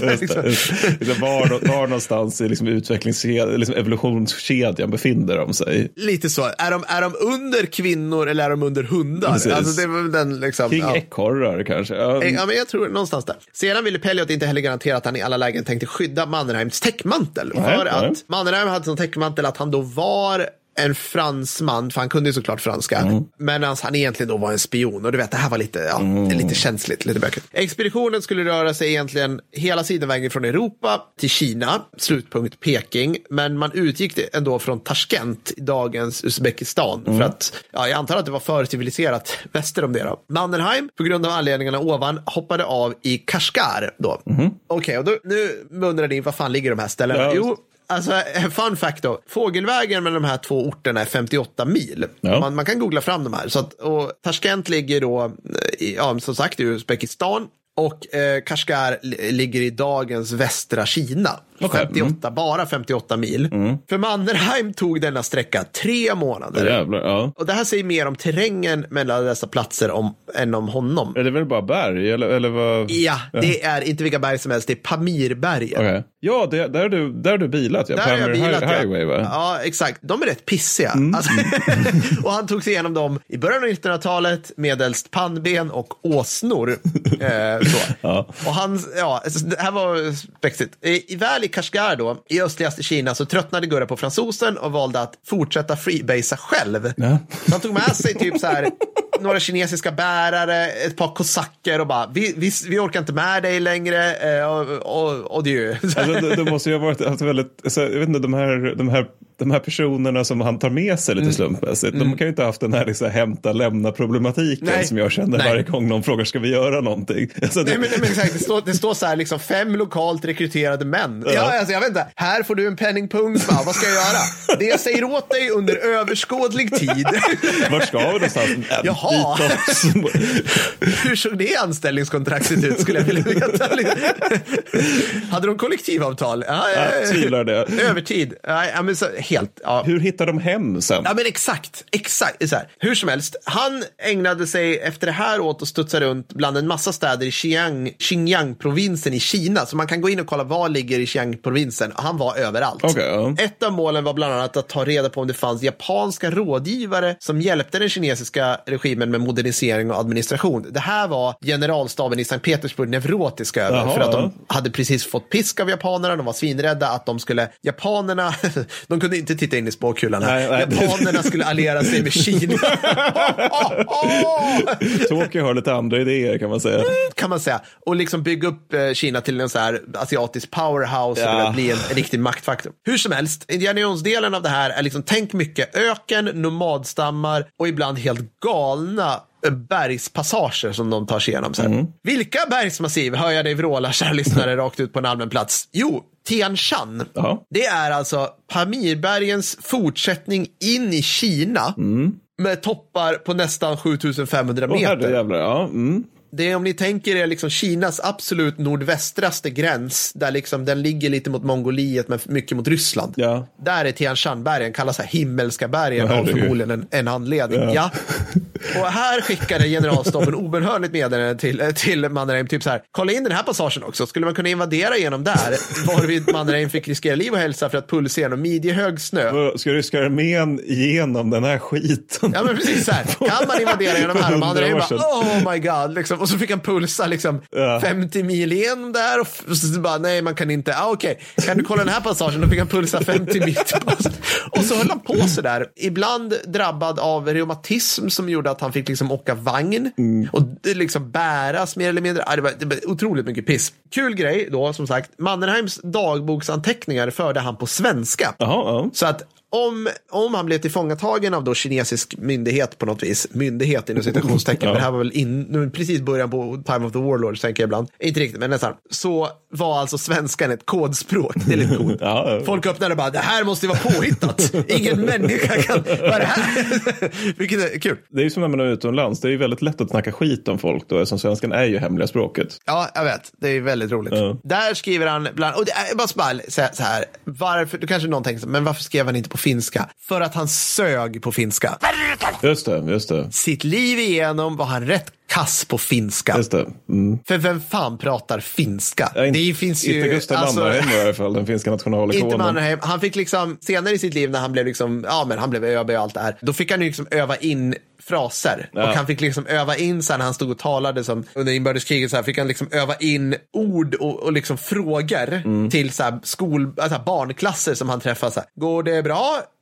S2: Var någonstans i liksom evolutionskedjan befinner de sig?
S1: Lite så. Är de under kvinnor eller är de under hundar? Precis. Alltså det var den liksom,
S2: King ekorrar kanske.
S1: Ja, men jag tror någonstans där. Sedan ville Pelliot inte heller garantera att han i alla lägen tänkte skydda Mannerheims täckmantel. För att Mannerheim hade som täckmantel att han då var en fransman, för han kunde ju såklart franska, men han egentligen då var en spion, och du vet, det här var lite känsligt, lite bökigt. Expeditionen skulle röra sig egentligen hela sidenvägen från Europa till Kina, slutpunkt Peking, men man utgick ändå från Tashkent i dagens Uzbekistan, för att, jag antar att det var för civiliserat väster om det då. Mannerheim, på grund av anledningarna ovan, hoppade av i Kashgar då. Okej, och då, nu undrar ni, vad fan ligger de här ställena?
S2: Ja,
S1: jo, alltså, fun fact då. Fågelvägen mellan de här två orterna är 58 mil.
S2: Ja.
S1: Man kan googla fram de här. Så att, och Tashkent ligger då, som sagt, i Uzbekistan. Och Kashgar ligger i dagens västra Kina.
S2: Okay.
S1: Bara 58 mil. För Mannerheim tog denna sträcka 3 månader.
S2: Jävlar, ja.
S1: Och det här säger mer om terrängen mellan dessa platser än om honom.
S2: Är det väl bara berg? Eller vad?
S1: Ja, det är inte vilka berg som helst. Det är Pamirbergen.
S2: Okay. Ja, där har du bilat. Ja.
S1: Där har jag bilat,
S2: Highway, va?
S1: Ja, exakt. De är rätt pissiga. Alltså, och han tog sig igenom dem i början av 1900-talet medelst pannben och åsnor. Så.
S2: Ja.
S1: Och det här var spexigt. Väl i Kashgar då, i östligaste Kina, så tröttnade Gurra på fransosen och valde att fortsätta freebasea själv. Ja. Så han tog med sig typ så här några kinesiska bärare, ett par kosacker och bara, vi orkar inte med dig längre, och det är ju...
S2: Alltså, det måste ju ha varit väldigt, alltså, jag vet inte, de här personerna som han tar med sig lite slumpmässigt, de kan ju inte ha haft den här liksom, hämta-lämna problematiken som jag känner varje gång någon frågar, ska vi göra någonting? Alltså,
S1: Nej, men exakt, det står så här liksom 5 lokalt rekryterade män. Ja, alltså, jag vet inte, här får du en penningpunkt, vad ska jag göra? Det jag säger åt dig under överskådlig tid.
S2: Vart ska vi någonstans?
S1: Jaha. Hur såg det anställningskontraktet ut, skulle jag vilja veta. Hade de kollektivavtal? Ja,
S2: tvivlar det.
S1: Övertid. Ja, men så, helt. Ja.
S2: Hur hittar de hem sen?
S1: Ja, men exakt. Så här. Hur som helst, han ägnade sig efter det här åt att studsa runt bland en massa städer i Xinjiang-provinsen i Kina. Så man kan gå in och kolla vad ligger i Xinjiang-provinsen. Han var överallt.
S2: Okay.
S1: Ett av målen var bland annat att ta reda på om det fanns japanska rådgivare som hjälpte den kinesiska regimen med modernisering och administration. Det här var generalstaben i Sankt Petersburg neurotiska över, för att de hade precis fått pisk av japanerna. De var svinrädda att japanerna, de kunde inte titta in i spåkulan här. Nej. Japanerna skulle alliera sig med Kina.
S2: Tokyo har lite andra idéer, kan man säga. Och liksom bygga upp Kina till en så här asiatisk powerhouse och bli en riktig maktfaktor. Hur som helst, Indiana Jones-delen av det här är liksom, tänk mycket öken, nomadstammar och ibland helt galna bergspassager som de tar sig igenom sen. Vilka bergsmassiv hör jag dig vråla, kära lyssnare, rakt ut på en allmän plats? Jo, Tian Shan. Det är alltså Pamirbergens fortsättning in i Kina med toppar på nästan 7500 meter. Herrejävlar,
S1: Det är, om ni tänker er liksom Kinas absolut nordvästraste gräns, där liksom den ligger lite mot Mongoliet men mycket mot Ryssland. Ja. Där är Tian Shan-bergen, kallas här himmelska bergen av förmodligen en anledning. Ja. Och här skickade generalstaben obönhörligt meddelande till Mannerheim, typ så här: kolla in den här passagen också, skulle man kunna invadera genom där? Varvid Mannerheim fick riskera liv och hälsa för att pulsa genom midjehög snö.
S2: Ska ryska armén igenom den här skiten?
S1: Ja, men precis så här. Kan man invadera genom här? Och Mannerheim bara, oh my god, liksom. Och så fick han pulsa liksom 50 mil igenom där, och så bara, nej, man kan inte. Okej. Kan du kolla den här passagen? Då fick han pulsa 50 mil tillbaka. Och så höll han på så där, ibland drabbad av reumatism som gjorde att han fick liksom åka vagn och liksom bäras mer eller mindre. Det var otroligt mycket piss. Kul grej då, som sagt, Mannerheims dagboksanteckningar förde han på svenska. Så att om han blev tillfångatagen av då kinesisk myndighet på något vis, myndighet inom citationstecken, det här var väl precis början på Time of the Warlords, tänker jag ibland, inte riktigt men nästan, så var alltså svenskan ett kodspråk. Det är lite coolt. Folk öppnade och bara, det här måste ju vara påhittat, ingen människa kan, vad är det här? Vilket är kul.
S2: Det är ju som när man är utomlands, det är ju väldigt lätt att snacka skit om folk då, som svenskan är ju hemliga språket.
S1: Ja, jag vet, det är väldigt roligt. Där skriver han bland, och det är bara så här, varför, du kanske någon tänker, men varför skrev han inte på finska? För att han sög på finska.
S2: Just det.
S1: Sitt liv igenom var han rätt kass på finska.
S2: Just det.
S1: För vem fan pratar finska?
S2: Det finns ju inte Gustav Mannerheim i alla fall, den finska nationalikonen.
S1: Inte Mannerheim. Han fick liksom senare i sitt liv, när han blev liksom, men han blev ÖB och allt det här. Då fick han ju liksom öva in fraser. Och han fick liksom öva in sen när han stod och talade som under inbördeskriget, så här fick han liksom öva in ord och liksom frågor till så här alltså barnklasser som han träffade så här: går det bra?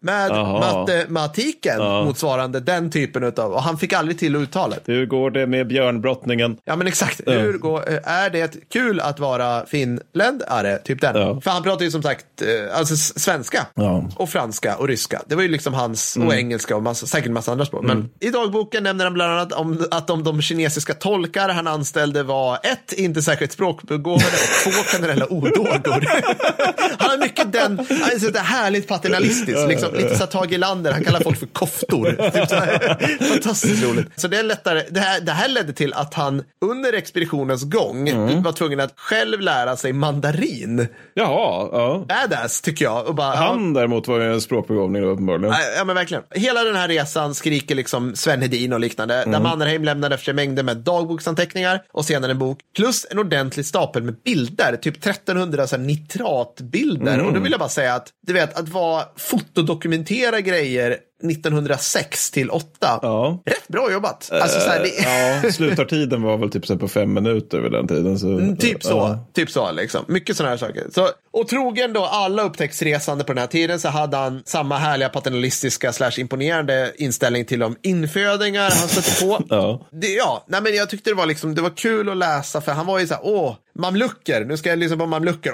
S1: med matematiken motsvarande den typen utav, och han fick aldrig till uttalet.
S2: Hur går det med björnbrottningen?
S1: Ja, men exakt. Är det kul att vara finländare? Typ den. För han pratar ju som sagt alltså svenska och franska och ryska. Det var ju liksom hans, och engelska och säkert en massa andra språk. Men i dagboken nämner han bland annat om att de kinesiska tolkar han anställde var 1, inte särskilt språkbegåvade, och 2, generella odågor. Han har mycket det härligt paternalistiskt, liksom, lite så Tage Erlander, han kallar folk för koftor. Typ så här. Fantastiskt roligt. Så det är lättare. Det här ledde till att han under expeditionens gång var tvungen att själv lära sig mandarin.
S2: Jaha,
S1: Badass, tycker jag. Och bara,
S2: han däremot var ju en språkbegåvning uppenbarligen.
S1: Ja, men verkligen. Hela den här resan skriker liksom Sven Hedin och liknande. Där Mannerheim lämnade efter mängder med dagboksanteckningar och senare en bok. Plus en ordentlig stapel med bilder. Typ 1300 så här, nitratbilder. Och då vill jag bara säga att du vet, att vara fotodokumentera grejer 1906 till 8. Rätt bra jobbat. Alltså, så här,
S2: slutartiden var väl typ så på 5 minuter vid den tiden. Så,
S1: typ så liksom. Mycket sådana här saker. Så, och trogen då alla upptäcktsresande på den här tiden så hade han samma härliga paternalistiska / imponerande inställning till de infödingar han stötte på. Nej, men jag tyckte det var kul att läsa, för han var ju så här, mamlucker, nu ska jag lyssna på mamlucker.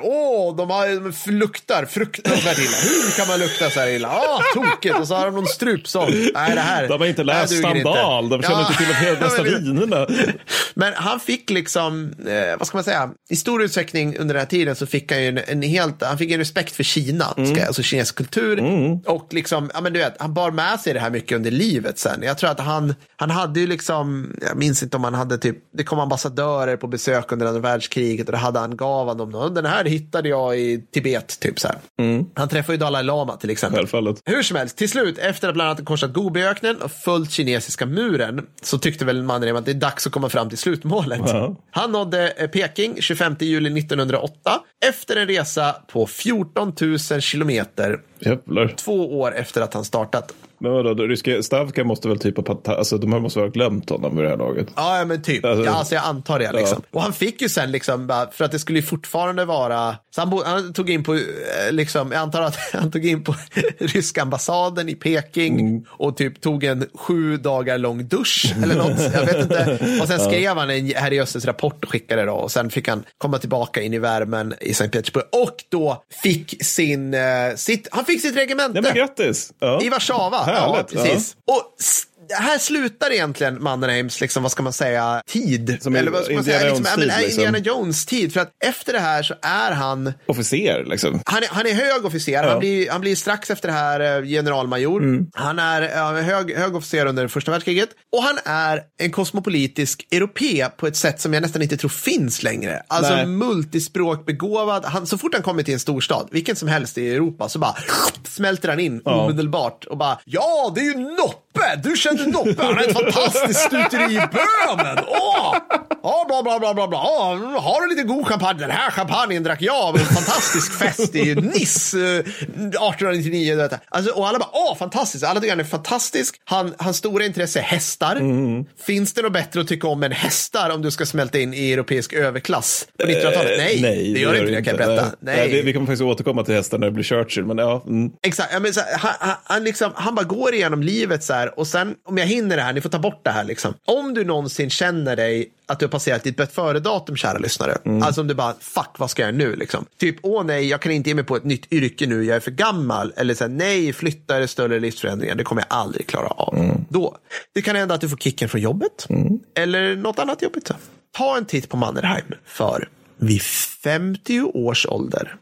S1: De luktar fruktansvärt illa. Hur kan man lukta så här illa? Tokigt. Och så har de någon strupsång. Nej, det här.
S2: De har inte läst Stambal. De känner inte till de högsta vinerna.
S1: Men han fick liksom, vad ska man säga, i stor utsträckning under den här tiden så fick han ju han fick en respekt för Kina, alltså kinesisk kultur. Och liksom, ja men du vet, han bar med sig det här mycket under livet sen. Jag tror att han hade ju liksom, jag minns inte om han hade typ, det kom ambassadörer på besök under andra världskriget och det hade han gav honom någon. Den här hittade jag i Tibet typ så här. Han träffade ju Dalai Lama till exempel.
S2: Självfallet.
S1: Hur som helst, till slut, efter att bland annat korsat Gobiöknen och följt kinesiska muren, så tyckte väl Mannerheim att det är dags att komma fram till slutmålet. Han nådde Peking 25 juli 1908 efter en resa på 14 000 kilometer.
S2: Jävlar.
S1: 2 år efter att han startat.
S2: Men vadå, ryska Stavka måste väl typ alltså de måste ha glömt honom vid det här laget.
S1: Ja, men typ. Alltså jag antar det liksom. Och han fick ju sen liksom, för att det skulle ju fortfarande vara, så han tog in på liksom, jag antar att han tog in på ryska ambassaden i Peking och typ tog en 7 dagar lång dusch eller något, jag vet inte. Och sen skrev han en Herrejösses rapport och skickade det, och sen fick han komma tillbaka in i värmen i Sankt Petersburg och då fick han fick sitt regemente.
S2: Nej, men grattis.
S1: I Warszawa.
S2: Härligt,
S1: precis. Och här slutar egentligen Mannerheims, liksom, vad ska man säga, tid.
S2: Som
S1: eller vad ska man säga, Indiana
S2: liksom.
S1: Jones tid. För att efter det här så är han
S2: officer, liksom. Han
S1: är hög officer. Han blir strax efter det här generalmajor. Han är hög officer under första världskriget. Och han är en kosmopolitisk europé på ett sätt som jag nästan inte tror finns längre. Alltså multispråkbegåvad. Så fort han kommer till en storstad, vilken som helst i Europa, så bara smälter han in omedelbart och bara, ja, det är ju Noppe! Du känner Noppe, han är ett fantastiskt stuteri i Böhmen. Bla bla bla bla bla. Har du lite god champagne? Den här champagnen drack jag av en fantastisk fest i Nice 1899. Alltså, och alla bara, fantastiskt. Alla tycker han är fantastisk. Hans stora intresse är hästar. Finns det något bättre att tycka om än hästar om du ska smälta in i europeisk överklass på 1900-talet? Nej, det gör inte det, kan jag berätta.
S2: Nej. Vi kommer faktiskt återkomma till hästar när det blir Churchill, men
S1: Exakt, ja, men så, han bara går igenom livet så här, och sen, om jag hinner det här, ni får ta bort det här liksom. Om du någonsin känner dig att du har passerat ditt före-datum, kära lyssnare. Alltså om du bara, fuck, vad ska jag nu liksom? Typ, nej, jag kan inte ge mig på ett nytt yrke nu, jag är för gammal. Eller så här, nej, flytta är större livsförändringar, det kommer jag aldrig klara av. Då, det kan hända att du får kicken från jobbet. Eller något annat jobbigt. Så. Ta en titt på Mannerheim, för vid 50 års ålder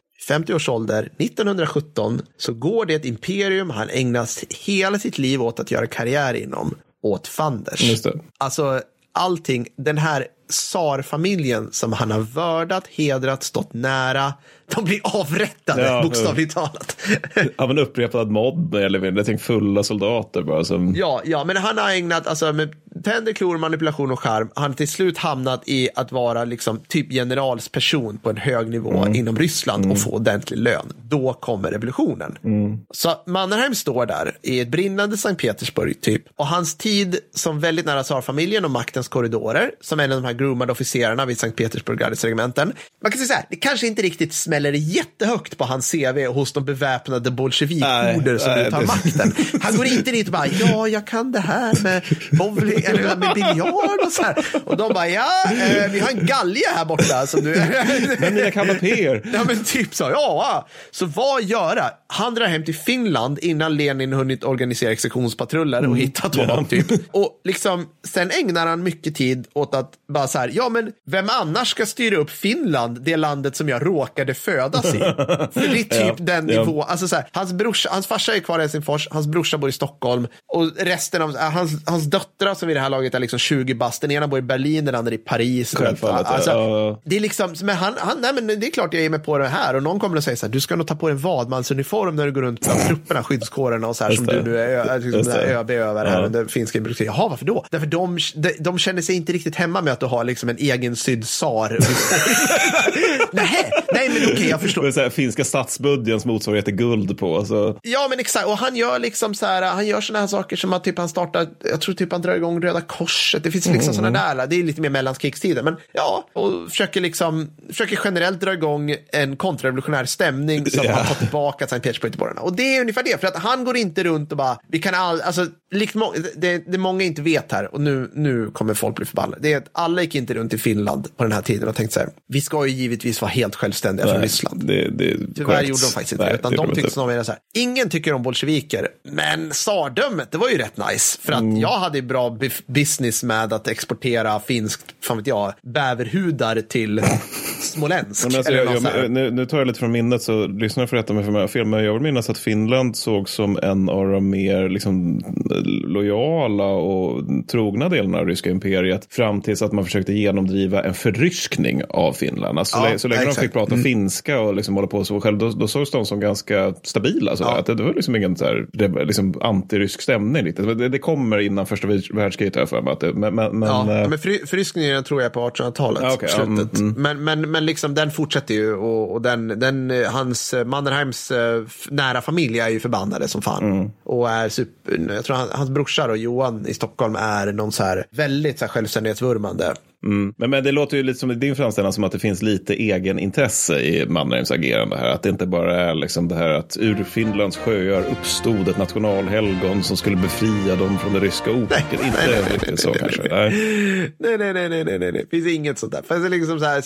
S1: 1917 så går det ett imperium han ägnas hela sitt liv åt att göra karriär inom, åt fanders.
S2: Just det.
S1: Alltså allting, den här tsarfamiljen som han har vördat, hedrat, stått nära, de blir avrättade, bokstavligt talat.
S2: Av en upprepad mobb, eller jag tänkte fulla soldater bara som... Ja,
S1: men han har ägnat, alltså med tänder, klor, manipulation och charm, han har till slut hamnat i att vara liksom typ generalsperson på en hög nivå inom Ryssland och få ordentlig lön. Då kommer revolutionen. Så Mannerheim står där i ett brinnande Sankt Petersburg typ, och hans tid som väldigt nära tsarfamiljen och maktens korridorer, som en av de här groomade officerarna vid Sankt Petersburg regementen. Man kan säga så här, det kanske inte riktigt smäller jättehögt på hans CV hos de beväpnade bolsjevikorder som nu tar makten. Han går inte dit och bara, ja, jag kan det här med bowling eller med biljard och så här. Och de bara, vi har en galge här borta som du...
S2: Men mina kanapéer.
S1: Ja, men typ så. Ja, så vad göra? Han drar hem till Finland innan Lenin hunnit organisera exekutionspatruller och hittat honom typ. Och liksom, sen ägnar han mycket tid åt att bara så här, ja men vem annars ska styra upp Finland, det landet som jag råkade födas i? För det är typ den nivå, alltså så här, hans farsa är kvar i Helsingfors, hans brorsa bor i Stockholm och resten av hans döttrar som vid det här laget är liksom 20 bast, den ena bor i Berlin, den andra i Paris. Alltså, det är liksom, men nej men det är klart jag är med på det här och någon kommer att säga så här, du ska nog ta på en vadmansuniform när du går runt bland trupperna, skyddskårerna och så här som du nu är liksom ÖB över här under finska brukar. Jaha, varför då? Därför de känner sig inte riktigt hemma med att du har liksom en egen sydd tsar. Nej, men okej, jag förstår.
S2: Det är så här, finska statsbudgetens motsvarighet är guld på. Alltså.
S1: Ja, men exakt. Och han gör liksom så här, han gör såna här saker som att typ han startar, jag tror typ han drar igång Röda Korset. Det finns liksom såna där, det är lite mer mellankrigstiden. Men ja, och försöker generellt dra igång en kontrarevolutionär stämning som han tar tillbaka till Sankt Petersburg-borgarna. Och det är ungefär det, för att han går inte runt och bara, vi kan alltså, det många inte vet här, och nu kommer folk bli förbannade. Det är att alla gick inte runt i Finland på den här tiden och tänkte så här, vi ska ju givetvis vara helt självständiga från Ryssland. Tyvärr gjorde de faktiskt inte det, utan de tyckte snarare så här, ingen tycker om bolsjeviker, men tsardömet, det var ju rätt nice, för att jag hade bra business med att exportera finskt, fan vet jag, bäverhudar till Smolensk.
S2: Alltså, nu tar jag lite från minnet, så lyssnar jag för rätta mig för mig fel, men jag vill minnas att Finland såg som en av de mer liksom lojala och trogna delarna av ryska imperiet fram tills att man försökte genomdriva en förryskning av Finland. Alltså, så länge de fick prata finska och liksom hålla på så själv, då sågs de som ganska stabila. Att det var liksom ingen så här, liksom antirysk stämning. Lite. Det kommer innan första världskriget här för mig. Men
S1: förryskningen tror jag på 1800-talet. Slutet. Men liksom den fortsätter ju och hans Mannerheims nära familj är ju förbannade som fan. Och är jag tror hans brorsar och Johan i Stockholm är någon så här väldigt så här självständighetsvurmande.
S2: Men det låter ju lite som i din framställan som att det finns lite egen intresse i Mannerheims agerande här. Att det inte bara är liksom det här att ur Finlands sjöar uppstod ett nationalhelgon som skulle befria dem från det ryska oket. Inte så kanske. Nej.
S1: Det finns inget sånt där. För liksom så här,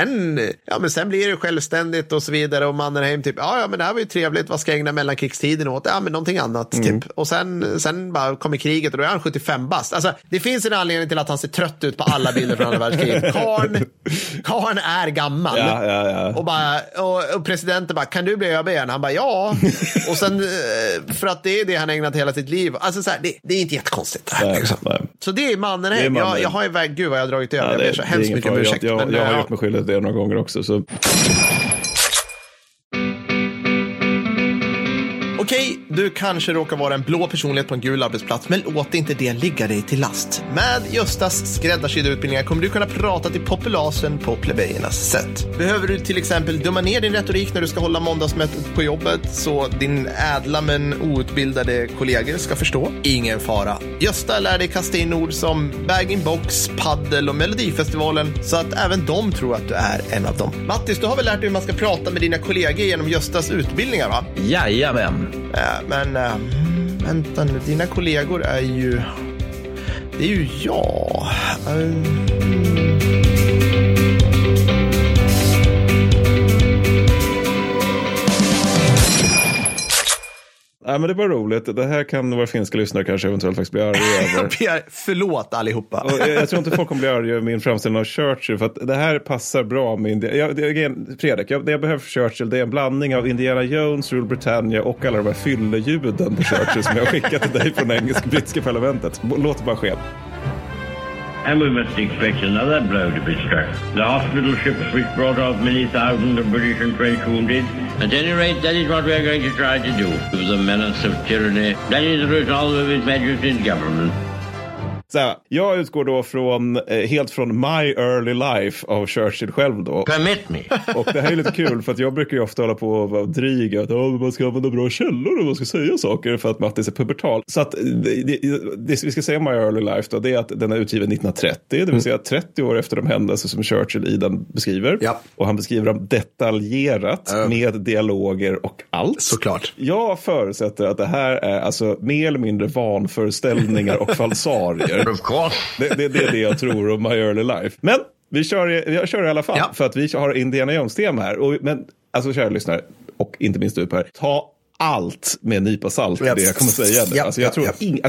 S1: sen blir det självständigt och så vidare, och Mannerheim typ, men det här var ju trevligt, vad ska jag ägna mellankrigstiden åt? Ja, men någonting annat typ. Och sen bara kommer kriget och då är han 75 bast. Alltså, det finns en anledning till att han ser trött ut på alla bilder från andra världskriget. Karn är gammal. Ja. Och presidenten bara, kan du bli ÖB igen? Han bara, ja. Och sen, för att det är det han ägnat hela sitt liv. Alltså så här, det är inte jättekonstigt. Nej. Så det är Mannerheim. Jag har ju gud vad jag har dragit över. Jag ber så hemskt mycket om ursäkt.
S2: Jag har gjort mig skyldig det några gånger också. Så.
S1: Okej, du kanske råkar vara en blå personlighet på en gul arbetsplats, men låt inte det ligga dig till last. Med Göstas skräddarsydda utbildningar kommer du kunna prata till populasen på plebejernas sätt. Behöver du till exempel dumma ner din retorik när du ska hålla måndagsmötet på jobbet så din ädla men outbildade kollegor ska förstå? Ingen fara. Gösta lär dig kasta in ord som bag-in-box, paddel och Melodifestivalen så att även de tror att du är en av dem. Mattis, du har väl lärt dig hur man ska prata med dina kollegor genom Göstas utbildningar, va?
S5: Jajamän.
S1: Men vänta nu, dina kollegor är ju... Det är ju jag.
S2: Ja, men det var roligt. Det här kan våra finska lyssnare kanske eventuellt faktiskt bli arga över.
S1: Förlåt allihopa.
S2: Och jag tror inte folk kommer bli arga över min framställning av Churchill, för att det här passar bra med Fredrik, det jag behöver för Churchill, det är en blandning av Indiana Jones, Rule Britannia och alla de här fylleljuden på Churchill som jag har skickat till dig från det brittiska parlamentet. Låt det bara ske.
S6: And we must expect another blow to be struck. The hospital ships which brought off many thousands of British and French wounded. At any rate, that is what we are going to try to do. The menace of tyranny, that is the resolve of His Majesty's government.
S2: Så här, jag utgår då från helt från My Early Life av Churchill själv då.
S3: Permit me.
S2: Och det här är lite kul för att jag brukar ju ofta hålla på och vara dryg att man ska använda bra källor och man ska säga saker för att Mattis är pubertal. Så att det vi ska säga My Early Life då, det är att den är utgiven 1930, det vill säga 30 år efter de händelser som Churchill i den beskriver.
S1: Ja.
S2: Och han beskriver dem detaljerat med dialoger och allt.
S1: Såklart.
S2: Jag förutsätter att det här är alltså mer eller mindre vanföreställningar och falsarier.
S3: Of course.
S2: Det är det jag tror om My Early Life. Men vi kör i alla fall för att vi har Indiana Jones-tema här. Men alltså kära lyssnare och inte minst du Per, ta allt med en nypa salt, det jag kommer säga nu. Alltså jag tror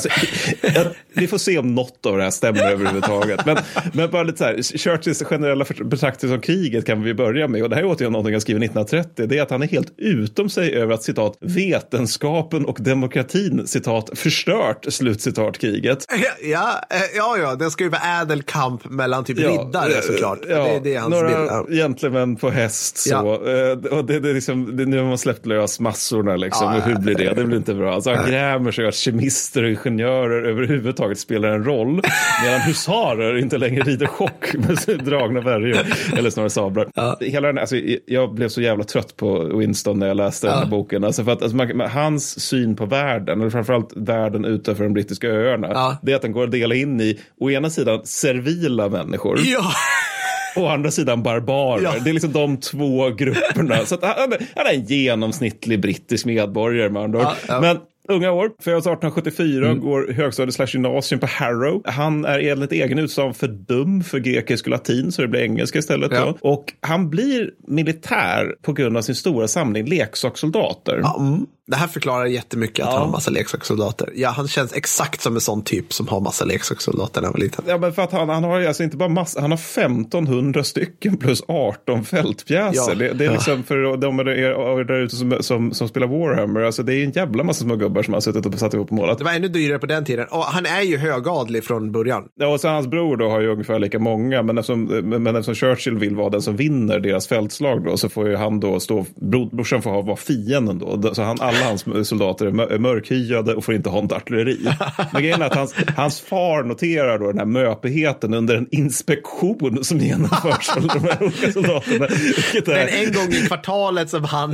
S2: vi får se om något av det här stämmer överhuvudtaget. Men bara lite så här, Churchills generella betraktelse om kriget kan vi börja med, och det här är återigen någonting jag skriver 1930, det är att han är helt utom sig över att citat vetenskapen och demokratin citat förstört slutcitat kriget.
S1: Ja, det ska ju vara ädel kamp mellan typ riddare såklart. Det är hans
S2: några
S1: bild.
S2: gentlemän på häst så. Och det är liksom, nu har man släppt lös massorna liksom. Och hur blir det? Det blir inte bra. Alltså han grämer sig att kemister och ingenjörer överhuvudtaget spelar en roll, medan husarer inte längre rider chock med dragna värjor, eller snarare sablar. Hela den, alltså, jag blev så jävla trött på Winston när jag läste den här boken. Alltså för att alltså, hans syn på världen, eller framförallt världen utanför de brittiska öarna, det är att den går att dela in i å ena sidan servila människor.
S1: Ja.
S2: Å andra sidan barbarer. Ja. Det är liksom de två grupperna. Så att han är en genomsnittlig brittisk medborgare med andra ord. Men unga år, föddes 1874, går högstadiet/gymnasium på Harrow. Han är enligt egen utsago för dum för grekisk och latin, så det blir engelska istället då. Och han blir militär på grund av sin stora samling leksakssoldater.
S1: Det här förklarar jättemycket att han har massa leksakssoldater. Ja, han känns exakt som en sån typ som har massa leksakssoldater när han var liten.
S2: Ja, men för att han har alltså inte bara massa, han har 1500 stycken plus 18 fältpjäser. Det är liksom för de där ute som spelar Warhammer, alltså det är en jävla massa små gubbar som har suttit och satt ihop och målat.
S1: Det var ännu dyrare på den tiden. Och han är ju högadlig från början.
S2: Ja, och så hans bror då har ju ungefär lika många, men eftersom Churchill vill vara den som vinner deras fältslag då, så får ju han då stå, brorsan får vara fienden då. Så alla hans soldater är mörkhyade och får inte ha ett artilleri. Men grejen är att hans far noterar då den här möpigheten under en inspektion som genomförs av de här olika soldaterna.
S1: Men en gång i kvartalet som han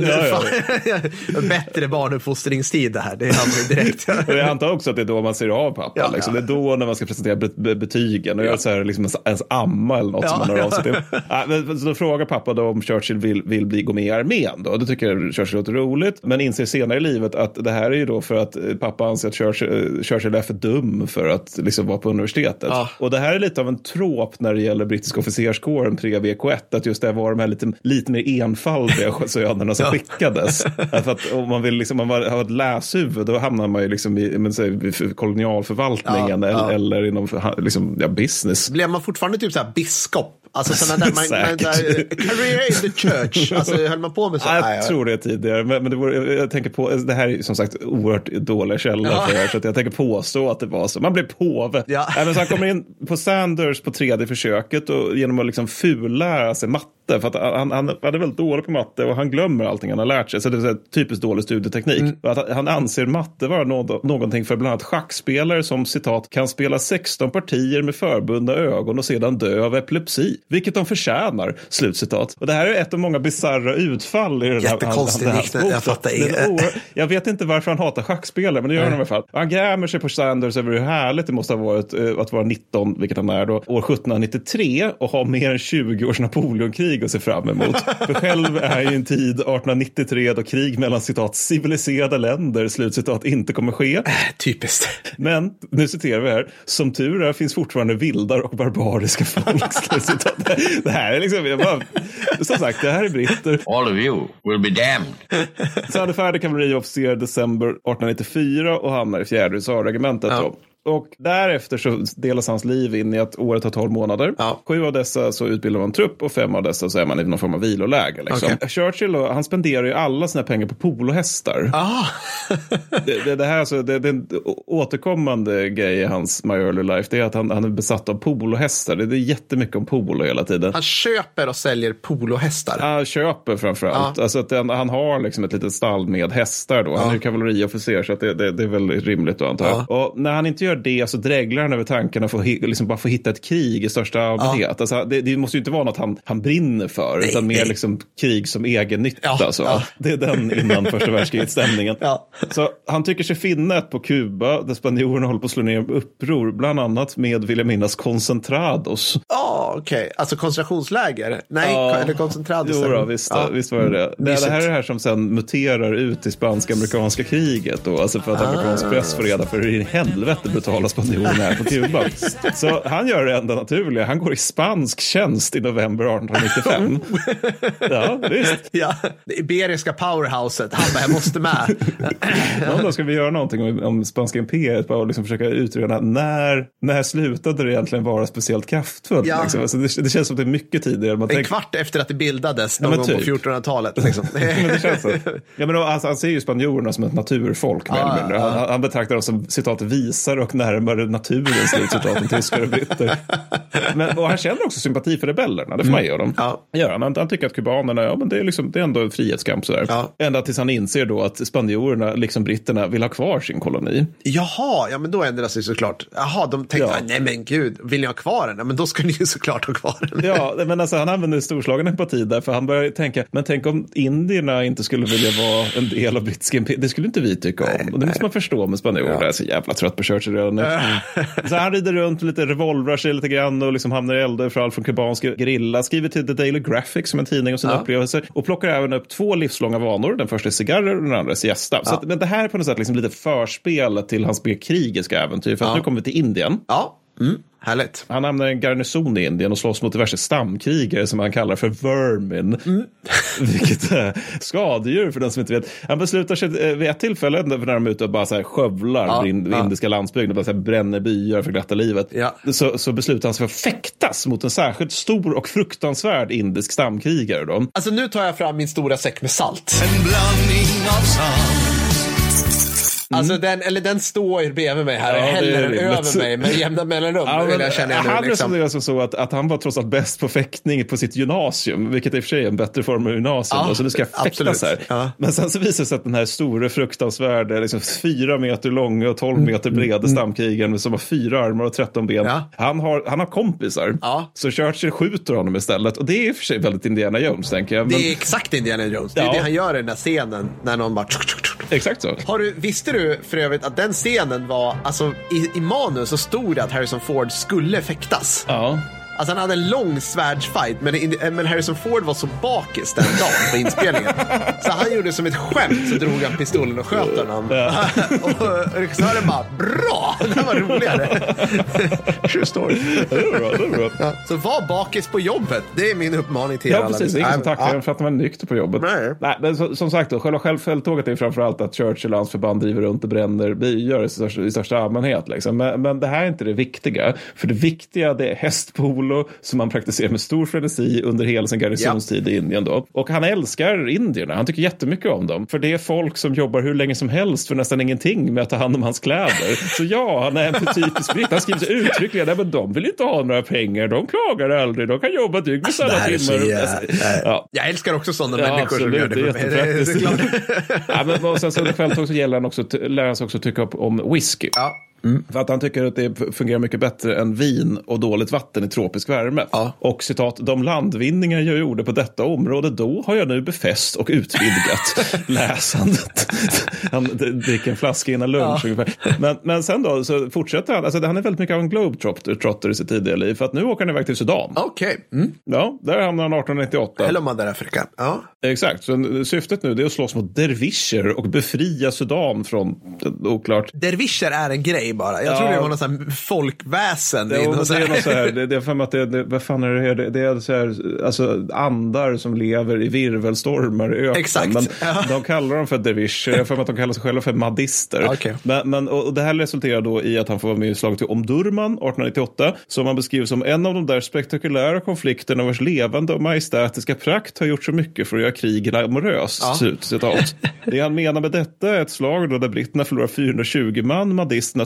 S1: bättre barnuppfostringstid det här. Det är han direkt.
S2: Och jag antar också att det är då man ser av pappa. Liksom. Det är då när man ska presentera betygen och göra så här liksom ens amma eller något som man har av sig till. Men så då frågar pappa då om Churchill vill gå med i armén då. Det tycker Churchill låter roligt, men inser senare i livet att det här är ju då för att pappa anser att Churchill är för dum för att liksom vara på universitetet. Och det här är lite av en trop när det gäller brittiska officerskåren pre-VK1, att just det var de här lite mer enfaldiga sönerna som skickades. För att om man vill liksom, man har ett läshuvud, då hamnar man ju liksom i kolonialförvaltningen eller inom liksom, business.
S1: Blir man fortfarande typ så här biskop? Alltså sådana där, career in the church. Alltså höll man på med så?
S2: Jag tror det tidigare, men det vore, jag tänker på, det här är som sagt oerhört dåliga källor för det här, så att jag tänker påstå att det var så. Man blir påve. Även så han kommer in på Sanders på 3:e försöket och genom att liksom fullära sig matte, för att han är väldigt dålig på matte och han glömmer allting han har lärt sig. Så det är så typiskt dålig studieteknik. Att han anser matte vara någonting för bland annat schackspelare som citat kan spela 16 partier med förbundna ögon och sedan dö av epilepsi, vilket de förtjänar, slutcitat. Och det här är ett av många bizarra utfall i den här.
S1: Jättekonstigt, jag fattar
S2: jag vet inte varför han hatar schackspelare, men det gör han i alla fall. Han grämer sig på Sanders över hur härligt det måste ha varit att vara 19, vilket han är då, år 1793 och ha mer än 20 års Napoleonkrig att se fram emot. För själv är ju en tid 1893 då krig mellan citat civiliserade länder, slutcitat, inte kommer ske.
S1: Typiskt.
S2: Men, nu citerar vi här, som tur är finns fortfarande vildar och barbariska folk, slutcitat. Det här är liksom, som sagt, det här är britter.
S3: All of you will be damned.
S2: Så hade färdig kavalleriofficer december 1894 och hamnar i 4:e husarregementet då. Och därefter så delas hans liv in i att året har 12 månader. 7 av dessa så utbildar man trupp och 5 av dessa så är man i någon form av viloläge. Liksom. Churchill då, han spenderar ju alla sina pengar på polohästar. Det här alltså, det är en återkommande grej i hans My Early Life. Det är att han är besatt av polohästar. Det är jättemycket om polo hela tiden.
S1: Han köper och säljer polohästar.
S2: Han köper framförallt. Alltså att han har liksom ett litet stall med hästar då. Han är ju kavalleriofficer, så att det är väldigt rimligt att anta. Och när han inte gör efter det så dräglar han över tanken att liksom bara få hitta ett krig i största allmänhet. Alltså, det måste ju inte vara något han brinner för, utan mer liksom krig som egen nytta. Alltså. Det är den innan första världskriget-stämningen. Så han tycker sig finna ett på Kuba där spanjorerna håller på att slå ner uppror, bland annat med, vill jag minnas, concentrados.
S1: Okej. Alltså koncentrationsläger? Nej, eller concentrados.
S2: Jo då, visst var det. Det här är det här som sen muterar ut i spanska-amerikanska kriget då, alltså för att amerikansk press får reda för hur i helvete brutala spanjorerna är på Kuba. Så han gör det enda naturliga. Han går i spansk tjänst i november 1895. Ja, visst.
S1: Ja, det iberiska powerhouset. Han bara, jag måste med.
S2: Då ska vi göra någonting om spanska imperiet och liksom försöka utreda när slutade det egentligen vara speciellt kraftfullt.
S1: Ja.
S2: Liksom. Alltså det känns som det är mycket tidigare.
S1: En kvart efter att det bildades någon gång på 1400-talet. Liksom.
S2: Men det känns så. Ja, men då, alltså, han ser ju spanjorerna som ett naturfolk. Han betraktar dem som, citat, visare och närmare naturen, citat, än tyskar och britter. Och han känner också sympati för rebellerna, det får man ge honom. Han tycker att kubanerna, men det är ändå en frihetskamp sådär. Ända tills han inser då att spanjorerna, liksom britterna, vill ha kvar sin koloni.
S1: Jaha, men då ändras det såklart. Jaha, de tänkte, nej men gud, vill ni ha kvar den? Ja, men då ska ni ju såklart ha kvar den.
S2: Ja, men alltså han använder storslagen empati där, för han börjar tänka, men tänk om indierna inte skulle vilja vara en del av brittiska imperiet, det skulle inte vi tycka om. Och det måste man förstå med spanjorer. Jag är så jävla trött på Churchill redan nu. Så han rider runt lite, revolvrar sig lite grann och liksom hamnar i elden för allt från kubanska gerilla, skriver till The Daily Graphic som en tidning och sina upplevelser, och plockar även upp 2 livslånga vanor. Den första är cigarrer och den andra är siesta. Så men det här är på något sätt liksom lite förspel till hans mer krigiska äventyr, för att nu kommer vi till Indien.
S1: Härligt.
S2: Han hamnar i en garnison i Indien och slåss mot diverse stamkrigare som han kallar för vermin. Vilket är skadedjur för den som inte vet. Han beslutar sig vid ett tillfälle när de är ute och bara så här skövlar indiska landsbygden och bara så här bränner byar för glatta livet. Så beslutar han sig för att fäktas mot en särskilt stor och fruktansvärd indisk stamkrigare då.
S1: Alltså nu tar jag fram min stora säck med salt.
S5: En blandning av salt.
S1: Alltså den står ju bredvid mig här och häller den över mig med jämna mellanrum. Han
S2: resonerar som så att han var trots allt bäst på fäktning på sitt gymnasium, vilket är i och för sig en bättre form av gymnasium. Så nu ska jag fäktas här. Men sen så visar det sig att den här stora fruktansvärda, liksom 4 meter långa och 12 meter breda stamkrigaren som har 4 armar och 13 ben. Han har kompisar. Så Churchill skjuter honom istället. Och det är i och för sig väldigt Indiana Jones, tänker jag. Men
S1: det är exakt Indiana Jones. Det är det han gör i den där scenen när någon bara...
S2: Exakt så.
S1: Visste du för övrigt att den scenen var, alltså i manus så stod det att Harrison Ford skulle fäktas.
S2: Ja.
S1: Alltså han hade en lång svärdsfight, men Harrison Ford var så bakis den dagen på inspelningen. Så han gjorde som ett skämt, så drog han pistolen och sköt honom. Och regissören bara, bra! Det här var roligare. True story.
S2: Det är bra.
S1: Så var bakis på jobbet, det är min uppmaning till alla.
S2: Ja, precis. Ingen som tackar för att man är nykter på jobbet. Nej, men som sagt då, själva självfälttåget är framförallt att Churchill och hans förband driver runt och bränner byar i största allmänhet. Liksom. Men det här är inte det viktiga. För det viktiga, det är hästpol som han praktiserar med stor frenesi under hela sin garnisonstid i Indien då. Och han älskar indierna. Han tycker jättemycket om dem. För det är folk som jobbar hur länge som helst för nästan ingenting med att ta hand om hans kläder. Så han är en typisk britt. Han skriver så uttryckligen, men de vill inte ha några pengar. De klagar aldrig. De kan jobba dygnet alla timmar.
S1: Jag älskar också sådana människor som gör det för mig. Det är klart.
S2: Men sen så kvälltåg så lär han sig också tycka upp om whisky. För att han tycker att det fungerar mycket bättre än vin och dåligt vatten i tropisk värme. Och citat, de landvinningar jag gjorde på detta område då har jag nu befäst och utvidgat läsandet. Han dricker en flaska innan lunch ungefär. Men sen då så fortsätter han, alltså han är väldigt mycket av en globetrotter i sitt tidiga liv, för att nu åker han iväg till Sudan. Ja, där hamnar han 1898.
S1: Eller Madagaskar.
S2: Exakt, så syftet nu det är att slåss mot dervischer och befria Sudan från, oklart.
S1: Dervischer är en grej bara. Jag tror det var någon sån här folkväsen.
S2: Det är något så här, det är för mig att vad fan är det här? Det är så här, alltså andar som lever i virvelstormar i öknen.
S1: Exakt.
S2: Men de kallar dem för dervischer. Jag för mig att de kallar sig själva för maddister. Men och det här resulterar då i att han får vara med i slaget till Omdurman 1898, som han beskriver som en av de där spektakulära konflikterna vars levande och majestätiska prakt har gjort så mycket för att göra krig glamoröst. Det han menar med detta är ett slag då där britterna förlorar 420 man, maddisterna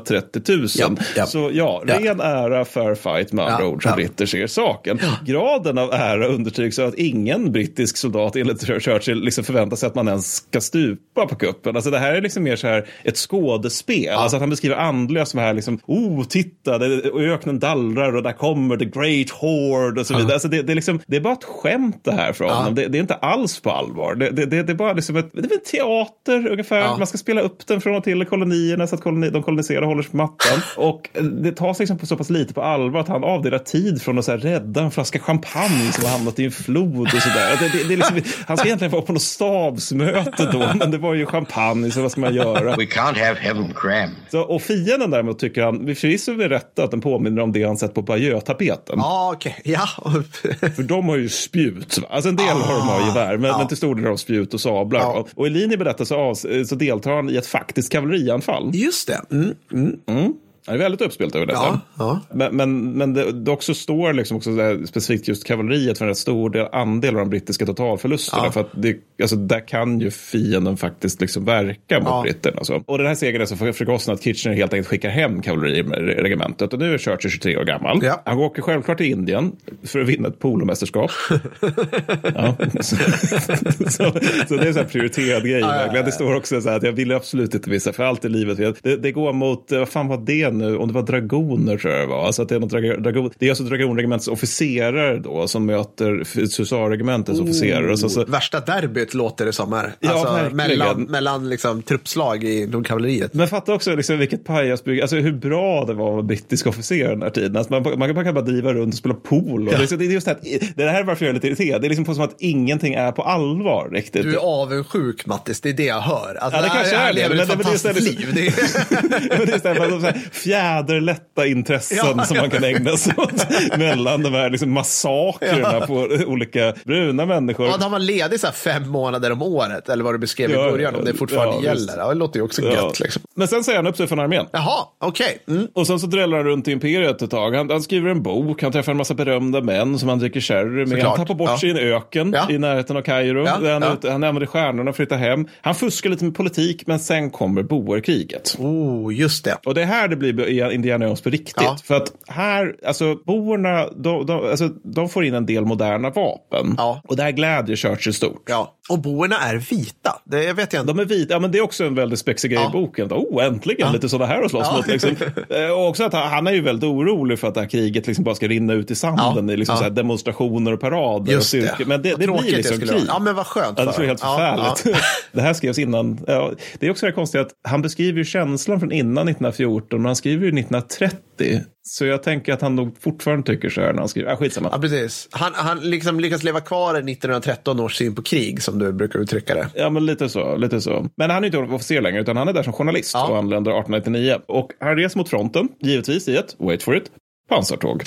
S2: 30 000. Så ren ära, fair fight med andra ord som britter ser saken. Graden av ära understryks av att ingen brittisk soldat enligt Churchill liksom förväntar sig att man ens ska stupa på kuppen. Alltså det här är liksom mer så här ett skådespel. Alltså att han beskriver andliga som här liksom, titta, öknen dallrar och där kommer the great horde och så vidare. Alltså det är liksom, det är bara ett skämt det här från honom. Det är inte alls på allvar. Det är bara liksom det är en teater ungefär. Man ska spela upp den från och till kolonierna så att de koloniserar och håller sig på mattan. Och det tas liksom så pass lite på allvar att han avdelar tid från att så här rädda en flaska champagne som har hamnat i en flod och sådär. Det är liksom, han ska egentligen vara på något stabsmöte då, men det var ju champagne, så vad ska man göra?
S3: We can't have heaven cram.
S2: Så, och fienden däremot tycker han, vi förvisso vill rätta att den påminner om det han sett på Bayeux-tapeten. För de har ju spjut. Alltså en del har de har gevär, men till stor del har de spjut och sablar. Och i linje med detta så deltar han i ett faktiskt kavallerianfall.
S1: Just det.
S2: Han är väldigt uppspelt över detta. Men det också står liksom också specifikt just kavalleriet för en stor andel av de brittiska totalförlusterna. För att alltså där kan ju fienden faktiskt liksom verka mot britterna. Alltså. Och den här segern är så förgossen att Kitchener helt enkelt skickar hem kavalleriregementet. Och nu är Churchill 23 år gammal. Han åker självklart till Indien för att vinna ett polomästerskap. Så det är en sån här prioriterad grej. Det står också så här att jag vill absolut inte missa för allt i livet. Det går mot, vad fan var det nu? Om det var dragoner tror jag det var. Alltså att det är något det är alltså dragonregementets officerare då som möter USA-regementets officerare. Så
S1: värsta derbyt låter det som här. Alltså mellan liksom truppslag i de kavalleriet.
S2: Men fatta också liksom vilket pajasbygge, alltså hur bra det var med brittiska officerare den här tiden. Alltså man kan bara driva runt och spela pool. Och det är just det här är varför jag är lite irriterad. Det är liksom på som att ingenting är på allvar riktigt.
S1: Du är avundsjuk, Mattis, det är det jag hör. Alltså,
S2: det kanske är det.
S1: Men ett fantastiskt liv.
S2: Det är istället fjäderlätta intressen som man kan ägna sig åt mellan de här liksom massakrerna på olika bruna människor.
S1: Ja, de var ledig så här 5 månader om året, eller vad du beskrev i början, om det fortfarande gäller. Ja, det låter ju också gött liksom.
S2: Men sen säger han upp sig från armén.
S1: Jaha, okej.
S2: Och sen så dräller han runt i imperiet ett tag. Han skriver en bok, han träffar en massa berömda män som han dricker sherry med. Han tappar bort sig i en öken i närheten av Kairo. Han använder stjärnorna för att flytta hem. Han fuskar lite med politik, men sen kommer boerkriget.
S1: Just det.
S2: Och det här det blir Indiana Jones på riktigt. För att här, alltså boerna, de får in en del moderna vapen. Och det här glädjer Churchill stort.
S1: Och boerna är vita. Det vet jag inte.
S2: De är vita, men det är också en väldigt spexig grej i boken. Äntligen lite sådana här att slåss mot. Liksom. Och också att han är ju väldigt orolig för att det här kriget liksom bara ska rinna ut i sanden i liksom så här demonstrationer och parader och styrkor. Men det blir liksom krig.
S1: Ja, men vad skönt.
S2: Det är helt förfärligt. Det här skrevs innan. Det är också det konstiga att han beskriver ju känslan från innan 1914, men han skriver ju 1930. Så jag tänker att han nog fortfarande tycker så här när han skriver. Skitsamma.
S1: Ja, precis. Han liksom lyckas leva kvar i 1913 års syn på krig, som du brukar uttrycka det.
S2: Ja, men lite så. Men han är inte officer längre, utan han är där som journalist och anländer 1899. Och han reser mot fronten, givetvis i ett, wait for it, pansartåg.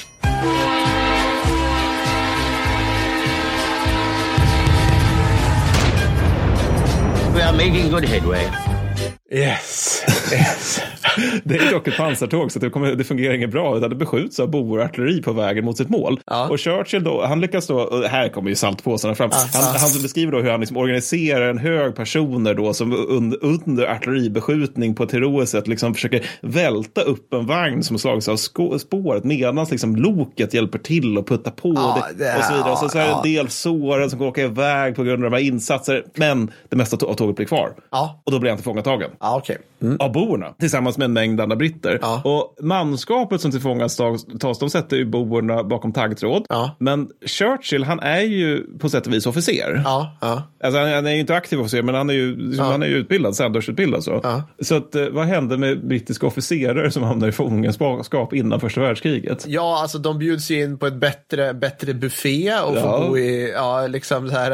S3: We are making good headway.
S1: Yes.
S2: Det är dock ett pansartåg så det fungerar inget bra, utan det beskjuts av boartilleri på vägen mot sitt mål. Och Churchill då, han lyckas då, och här kommer ju saltpåsarna fram, han beskriver då hur han liksom organiserar en hög personer då som under artilleribeskjutning på ett heroiskt sätt liksom försöker välta upp en vagn som slagits av spåret medan liksom loket hjälper till och putta på och så vidare. Så är det en del såren som går åka iväg på grund av de här insatser, men det mesta av tåget blir kvar. Och då blir han tillfångatagen. Av boerna tillsammans med en mängd andra britter. Och manskapet som tillfångas de sätter ju boerna bakom taggtråd. Men Churchill, han är ju på sätt och vis officer. Alltså han är ju inte aktiv officer, men han är ju utbildad, sändarsutbildad så att vad hände med brittiska officerare som hamnar i fångenskap innan första världskriget?
S1: Ja, alltså de bjuds in på ett bättre buffé och får bo i liksom så här.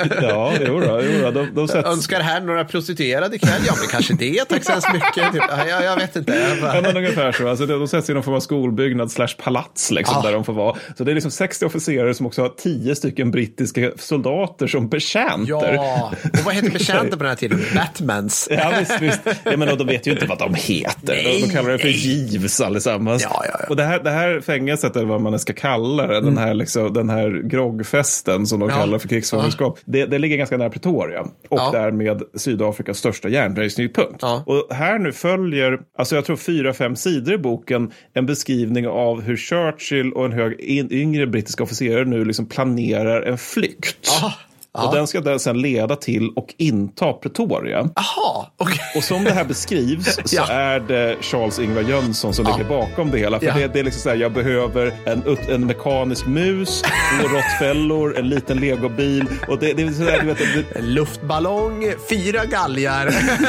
S1: De önskar här några prostituerade ikväll. Ja, men kanske det, tack så hemskt mycket. Typ. Jag vet inte.
S2: Men ungefär så. Alltså, de sätts i någon form av skolbyggnad /palats liksom, där de får vara. Så det är liksom 60 officerare som också har 10 stycken brittiska soldater som betjänter.
S1: Ja, och vad heter betjänter på den här tiden? Batmans.
S2: Ja, visst. Ja, men de vet ju inte vad de heter. De kallar det för givs allesammans. Och det här fängelset, eller vad man ska kalla det, den här groggfesten som de kallar för krigsfångenskap, det ligger ganska nära Pretoria. Och därmed Sydafrikas största järnvägsknutpunkt. Och här nu följer alltså jag tror 4-5 sidor i boken, en beskrivning av hur Churchill och en yngre brittiska officerare nu liksom planerar en flykt. Och den ska sen leda till och inta Pretoria.
S1: Aha, okay.
S2: Och som det här beskrivs så är det Charles Ingvar Jönsson som ligger bakom det hela. För det är liksom så här, jag behöver en mekanisk mus, 2 råttfällor, en liten legobil och det är så där, du vet,
S1: en luftballong, 4 galgar.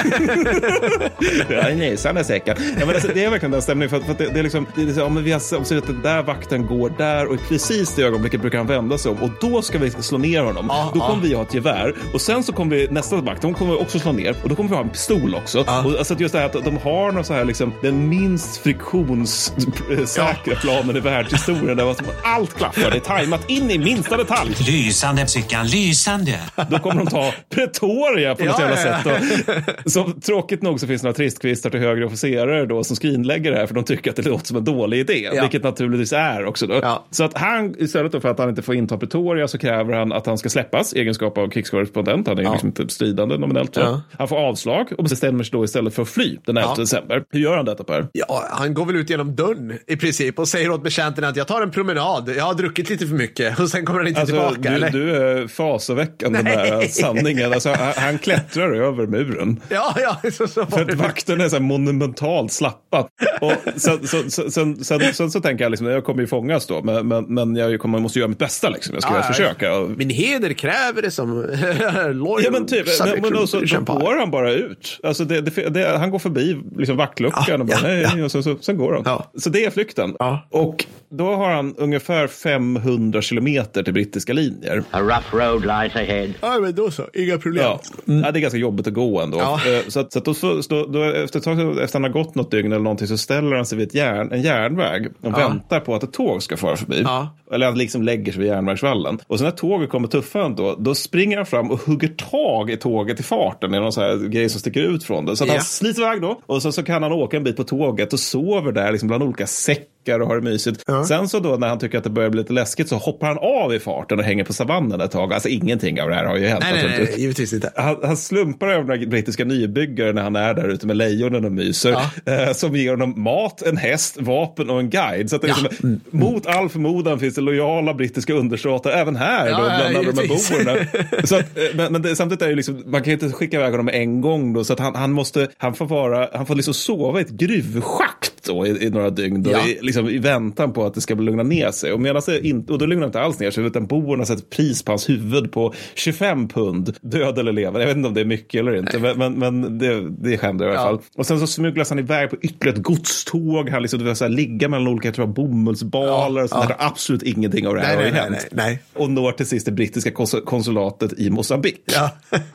S2: Nej, sann är säker. Ja, men alltså, det är verkligen den stämningen för att det är liksom, men vi har sett att den där vakten går där och i precis det ögonblicket brukar han vända sig om och då ska vi slå ner honom. Då kommer vi ha ett gevär och sen så kommer vi nästa vakt, de kommer också slå ner och då kommer vi ha en pistol också. Och alltså just det här att de har någon så här liksom den minst friktionssäkra planen i världshistorien där allt klaffar, det är tajmat in i minsta detalj.
S5: Lysande Sickan, lysande.
S2: Då kommer de ta Pretoria på något jävla sätt. Och, så tråkigt nog så finns det några tristkvistar till högre officerare då som skrinlägger det här för de tycker att det låter som en dålig idé. Vilket naturligtvis är också då. Så att han, istället för att han inte får inta Pretoria så kräver han att han ska släppas egenskap av krigskorrespondent. Han är liksom inte stridande nominellt. Han får avslag och bestämmer sig då istället för att fly den 11 december. Hur gör han detta, Per?
S1: Ja, han går väl ut genom dörren i princip och säger åt betjänterna att jag tar en promenad. Jag har druckit lite för mycket och sen kommer han inte tillbaka. Du
S2: är fasaväckande med sanningen. Alltså, han klättrar över muren.
S1: Ja.
S2: För att vakten är så här monumentalt slappat. Och sen så tänker jag liksom, jag kommer ju fångas då. Men jag måste göra mitt bästa liksom. Jag ska göra ett försök.
S1: Min heder kräver det som loyal.
S2: Ja, men typ, men då går han bara ut. Alltså han går förbi liksom vaktluckan och bara nej, och sen går han. Så det är flykten. Och då har han ungefär 500 kilometer till brittiska linjer.
S3: A rough road lies ahead.
S1: Ja, men då så. Inga problem.
S2: Ja, det är ganska jobbigt att gå ändå. Så att då efter han har gått något dygn eller någonting så ställer han sig vid en järnväg och väntar på att ett tåg ska fara förbi. Eller han liksom lägger sig vid järnvägsvallen. Och så när tåget kommer tuffan då springer han fram och hugger tag i tåget i farten. Det är någon sån här grej som sticker ut från det. Så att han sliter iväg då. Och så kan han åka en bit på tåget och sover där liksom bland olika säckar och har det mysigt. Sen så då när han tycker att det börjar bli lite läskigt så hoppar han av i farten och hänger på savannen ett tag. Alltså ingenting av det här har ju hänt.
S1: Nej, givetvis inte.
S2: Han slumpar över några brittiska nybyggare när han är där ute med lejonen och myser. Som ger honom mat, en häst, vapen och en guide. Så att det liksom, mot all förmodan finns det lojala brittiska undersåtar även här då, bland alla de här boerna. Så att, men samtidigt är det liksom, man kan ju inte skicka iväg honom en gång då, så att han får liksom sova i ett gruvschakt då i några dygn då, liksom i väntan på att det ska lugna ner sig. Och medan det inte, och då lugnar inte alls ner sig, utan boerna sätter pris på hans huvud på 25 pund, död eller levande. Jag vet inte om det är mycket eller inte, men det händer i alla fall. Och sen så smugglas han iväg på ytterligare ett godståg. Han liksom så här, ligga mellan olika bomullsbalar och sånt där. Absolut ingenting av det här har ju hänt.
S1: Nej.
S2: Och når till sist det brittiska konsulatet i Mozambique.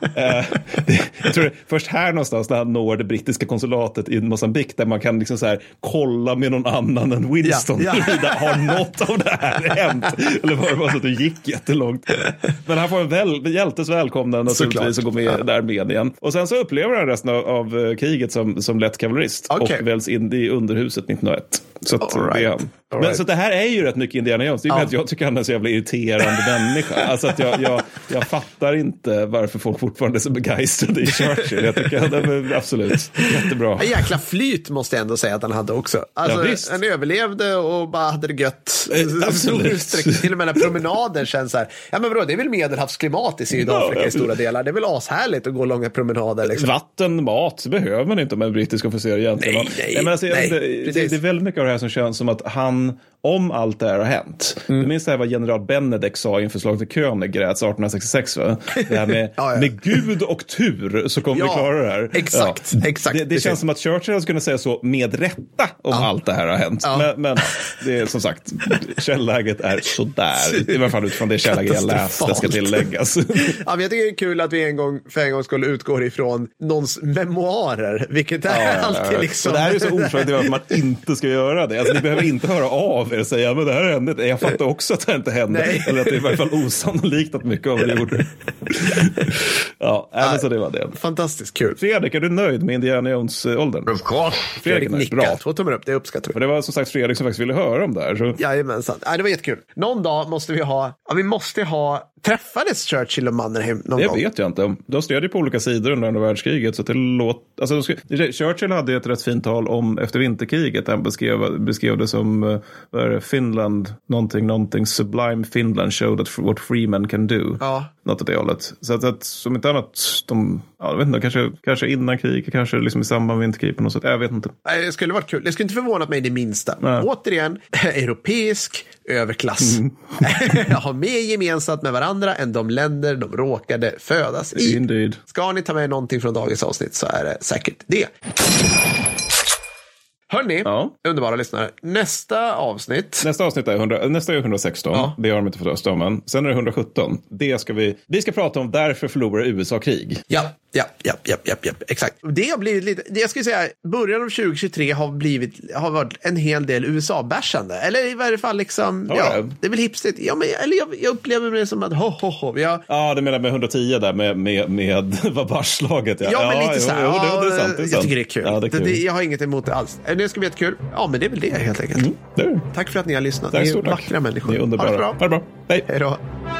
S2: Jag tror det först här någonstans när han når det brittiska konsulatet i Mozambique där man kan liksom så här kolla med någon annan än Winston har något av det här hänt eller var det bara så att det gick jättelångt. Men han får en hjältes välkomnande naturligtvis och går med där med igen. Och sen så upplever han resten av kriget som lätt kavallerist och väljs in i underhuset 1901. Så att det är han. Men så det här är ju rätt mycket Indiana Jones. Det är att jag tycker han är så jävla irriterande människa. Alltså att jag fattar inte varför folk fortfarande är så begeistrade i Churchill. Jag tycker att det är absolut jättebra.
S1: En jäkla flyt måste jag ändå säga att han hade också. Alltså, han överlevde och bara hade det gött.
S2: Absolut.
S1: Till och med när promenaden känns så här. Ja men bro, det är väl medelhavsklimat i Sydafrika i stora delar. Det är väl ashärligt att gå långa promenader. Liksom.
S2: Vatten, mat behöver man inte med en brittisk officer egentligen. Nej. Men alltså, det är väldigt mycket av det här som känns som att han, om allt det här har hänt. Du minns det här vad general Benedict sa inför slaget till Königgrätz 1866, va? Det här med Gud och tur så kommer vi klara det här.
S1: Exakt.
S2: Det känns som att Churchill skulle kunna säga så med rätta om allt det här har hänt. Men det är som sagt, källäget är sådär. I alla fall utifrån det källäget jag läst, det ska tilläggas.
S1: Jag tycker det är kul att vi för en gång skulle utgå ifrån någons memoarer, vilket är alltid liksom...
S2: Och det här är ju så orsakat till att man inte ska göra det. Alltså, ni behöver inte höra av er och säga, men det här hände. Jag fattar också att det inte hände. Nej. Eller att det är i varje fall osannolikt att mycket av det gjorde. Men så det var det.
S1: Fantastiskt kul.
S2: Fredrik, är du nöjd med Indiana Jones-åldern?
S3: Of course.
S1: Fredrik nickar. Bra. 2 tummar upp, det uppskattar vi.
S2: För det var som sagt Fredrik som faktiskt ville höra om det här. Så.
S1: Jajamensan. Det var jättekul. Någon dag måste vi ha Träffades Churchill och Mannerheim någon gång?
S2: Det vet jag inte. De stödde på olika sidor under andra världskriget. Så att Churchill hade ett rätt fint tal om efter vinterkriget. Han beskrev det som Finland, någonting sublime Finland showed that what free men can do.
S1: Ja.
S2: Något åt det hållet. Så att som inte annat, jag vet inte, kanske innan kriget, kanske liksom i samband med vinterkriget på något sätt. Jag vet inte.
S1: Det skulle varit kul. Det skulle inte förvånat mig det minsta.
S2: Nej.
S1: Återigen, europeisk överklass. Har mer gemensamt med varandra än de länder de råkade födas i.
S2: Indeed.
S1: Ska ni ta med någonting från dagens avsnitt så är det säkert det. Hörrni, underbara lyssnare. Nästa avsnitt är 116. Ja. Det har de inte fått rösta om än. Sen är det 117. Vi ska prata om därför förlorar USA krig. Ja, exakt. Det har blivit lite, jag skulle säga, början av 2023 har varit en hel del USA-bärsande. Eller i varje fall liksom, det är väl hipstigt. Ja, men jag upplever det som att
S2: Ja, det menar med 110 där med vad barslaget.
S1: Ja, men lite så här.
S2: Det är sant.
S1: Jag tycker det är kul.
S2: Ja, det är kul.
S1: Jag har inget emot det alls. Det ska bli jättekul. Ja, men det är väl det helt enkelt.
S2: Det är det.
S1: Tack för att ni har lyssnat.
S2: Tack,
S1: ni är
S2: stort tack.
S1: vackra människor.
S2: Ni är underbara.
S1: Ha det bra.
S2: Hej då.
S1: Hej då.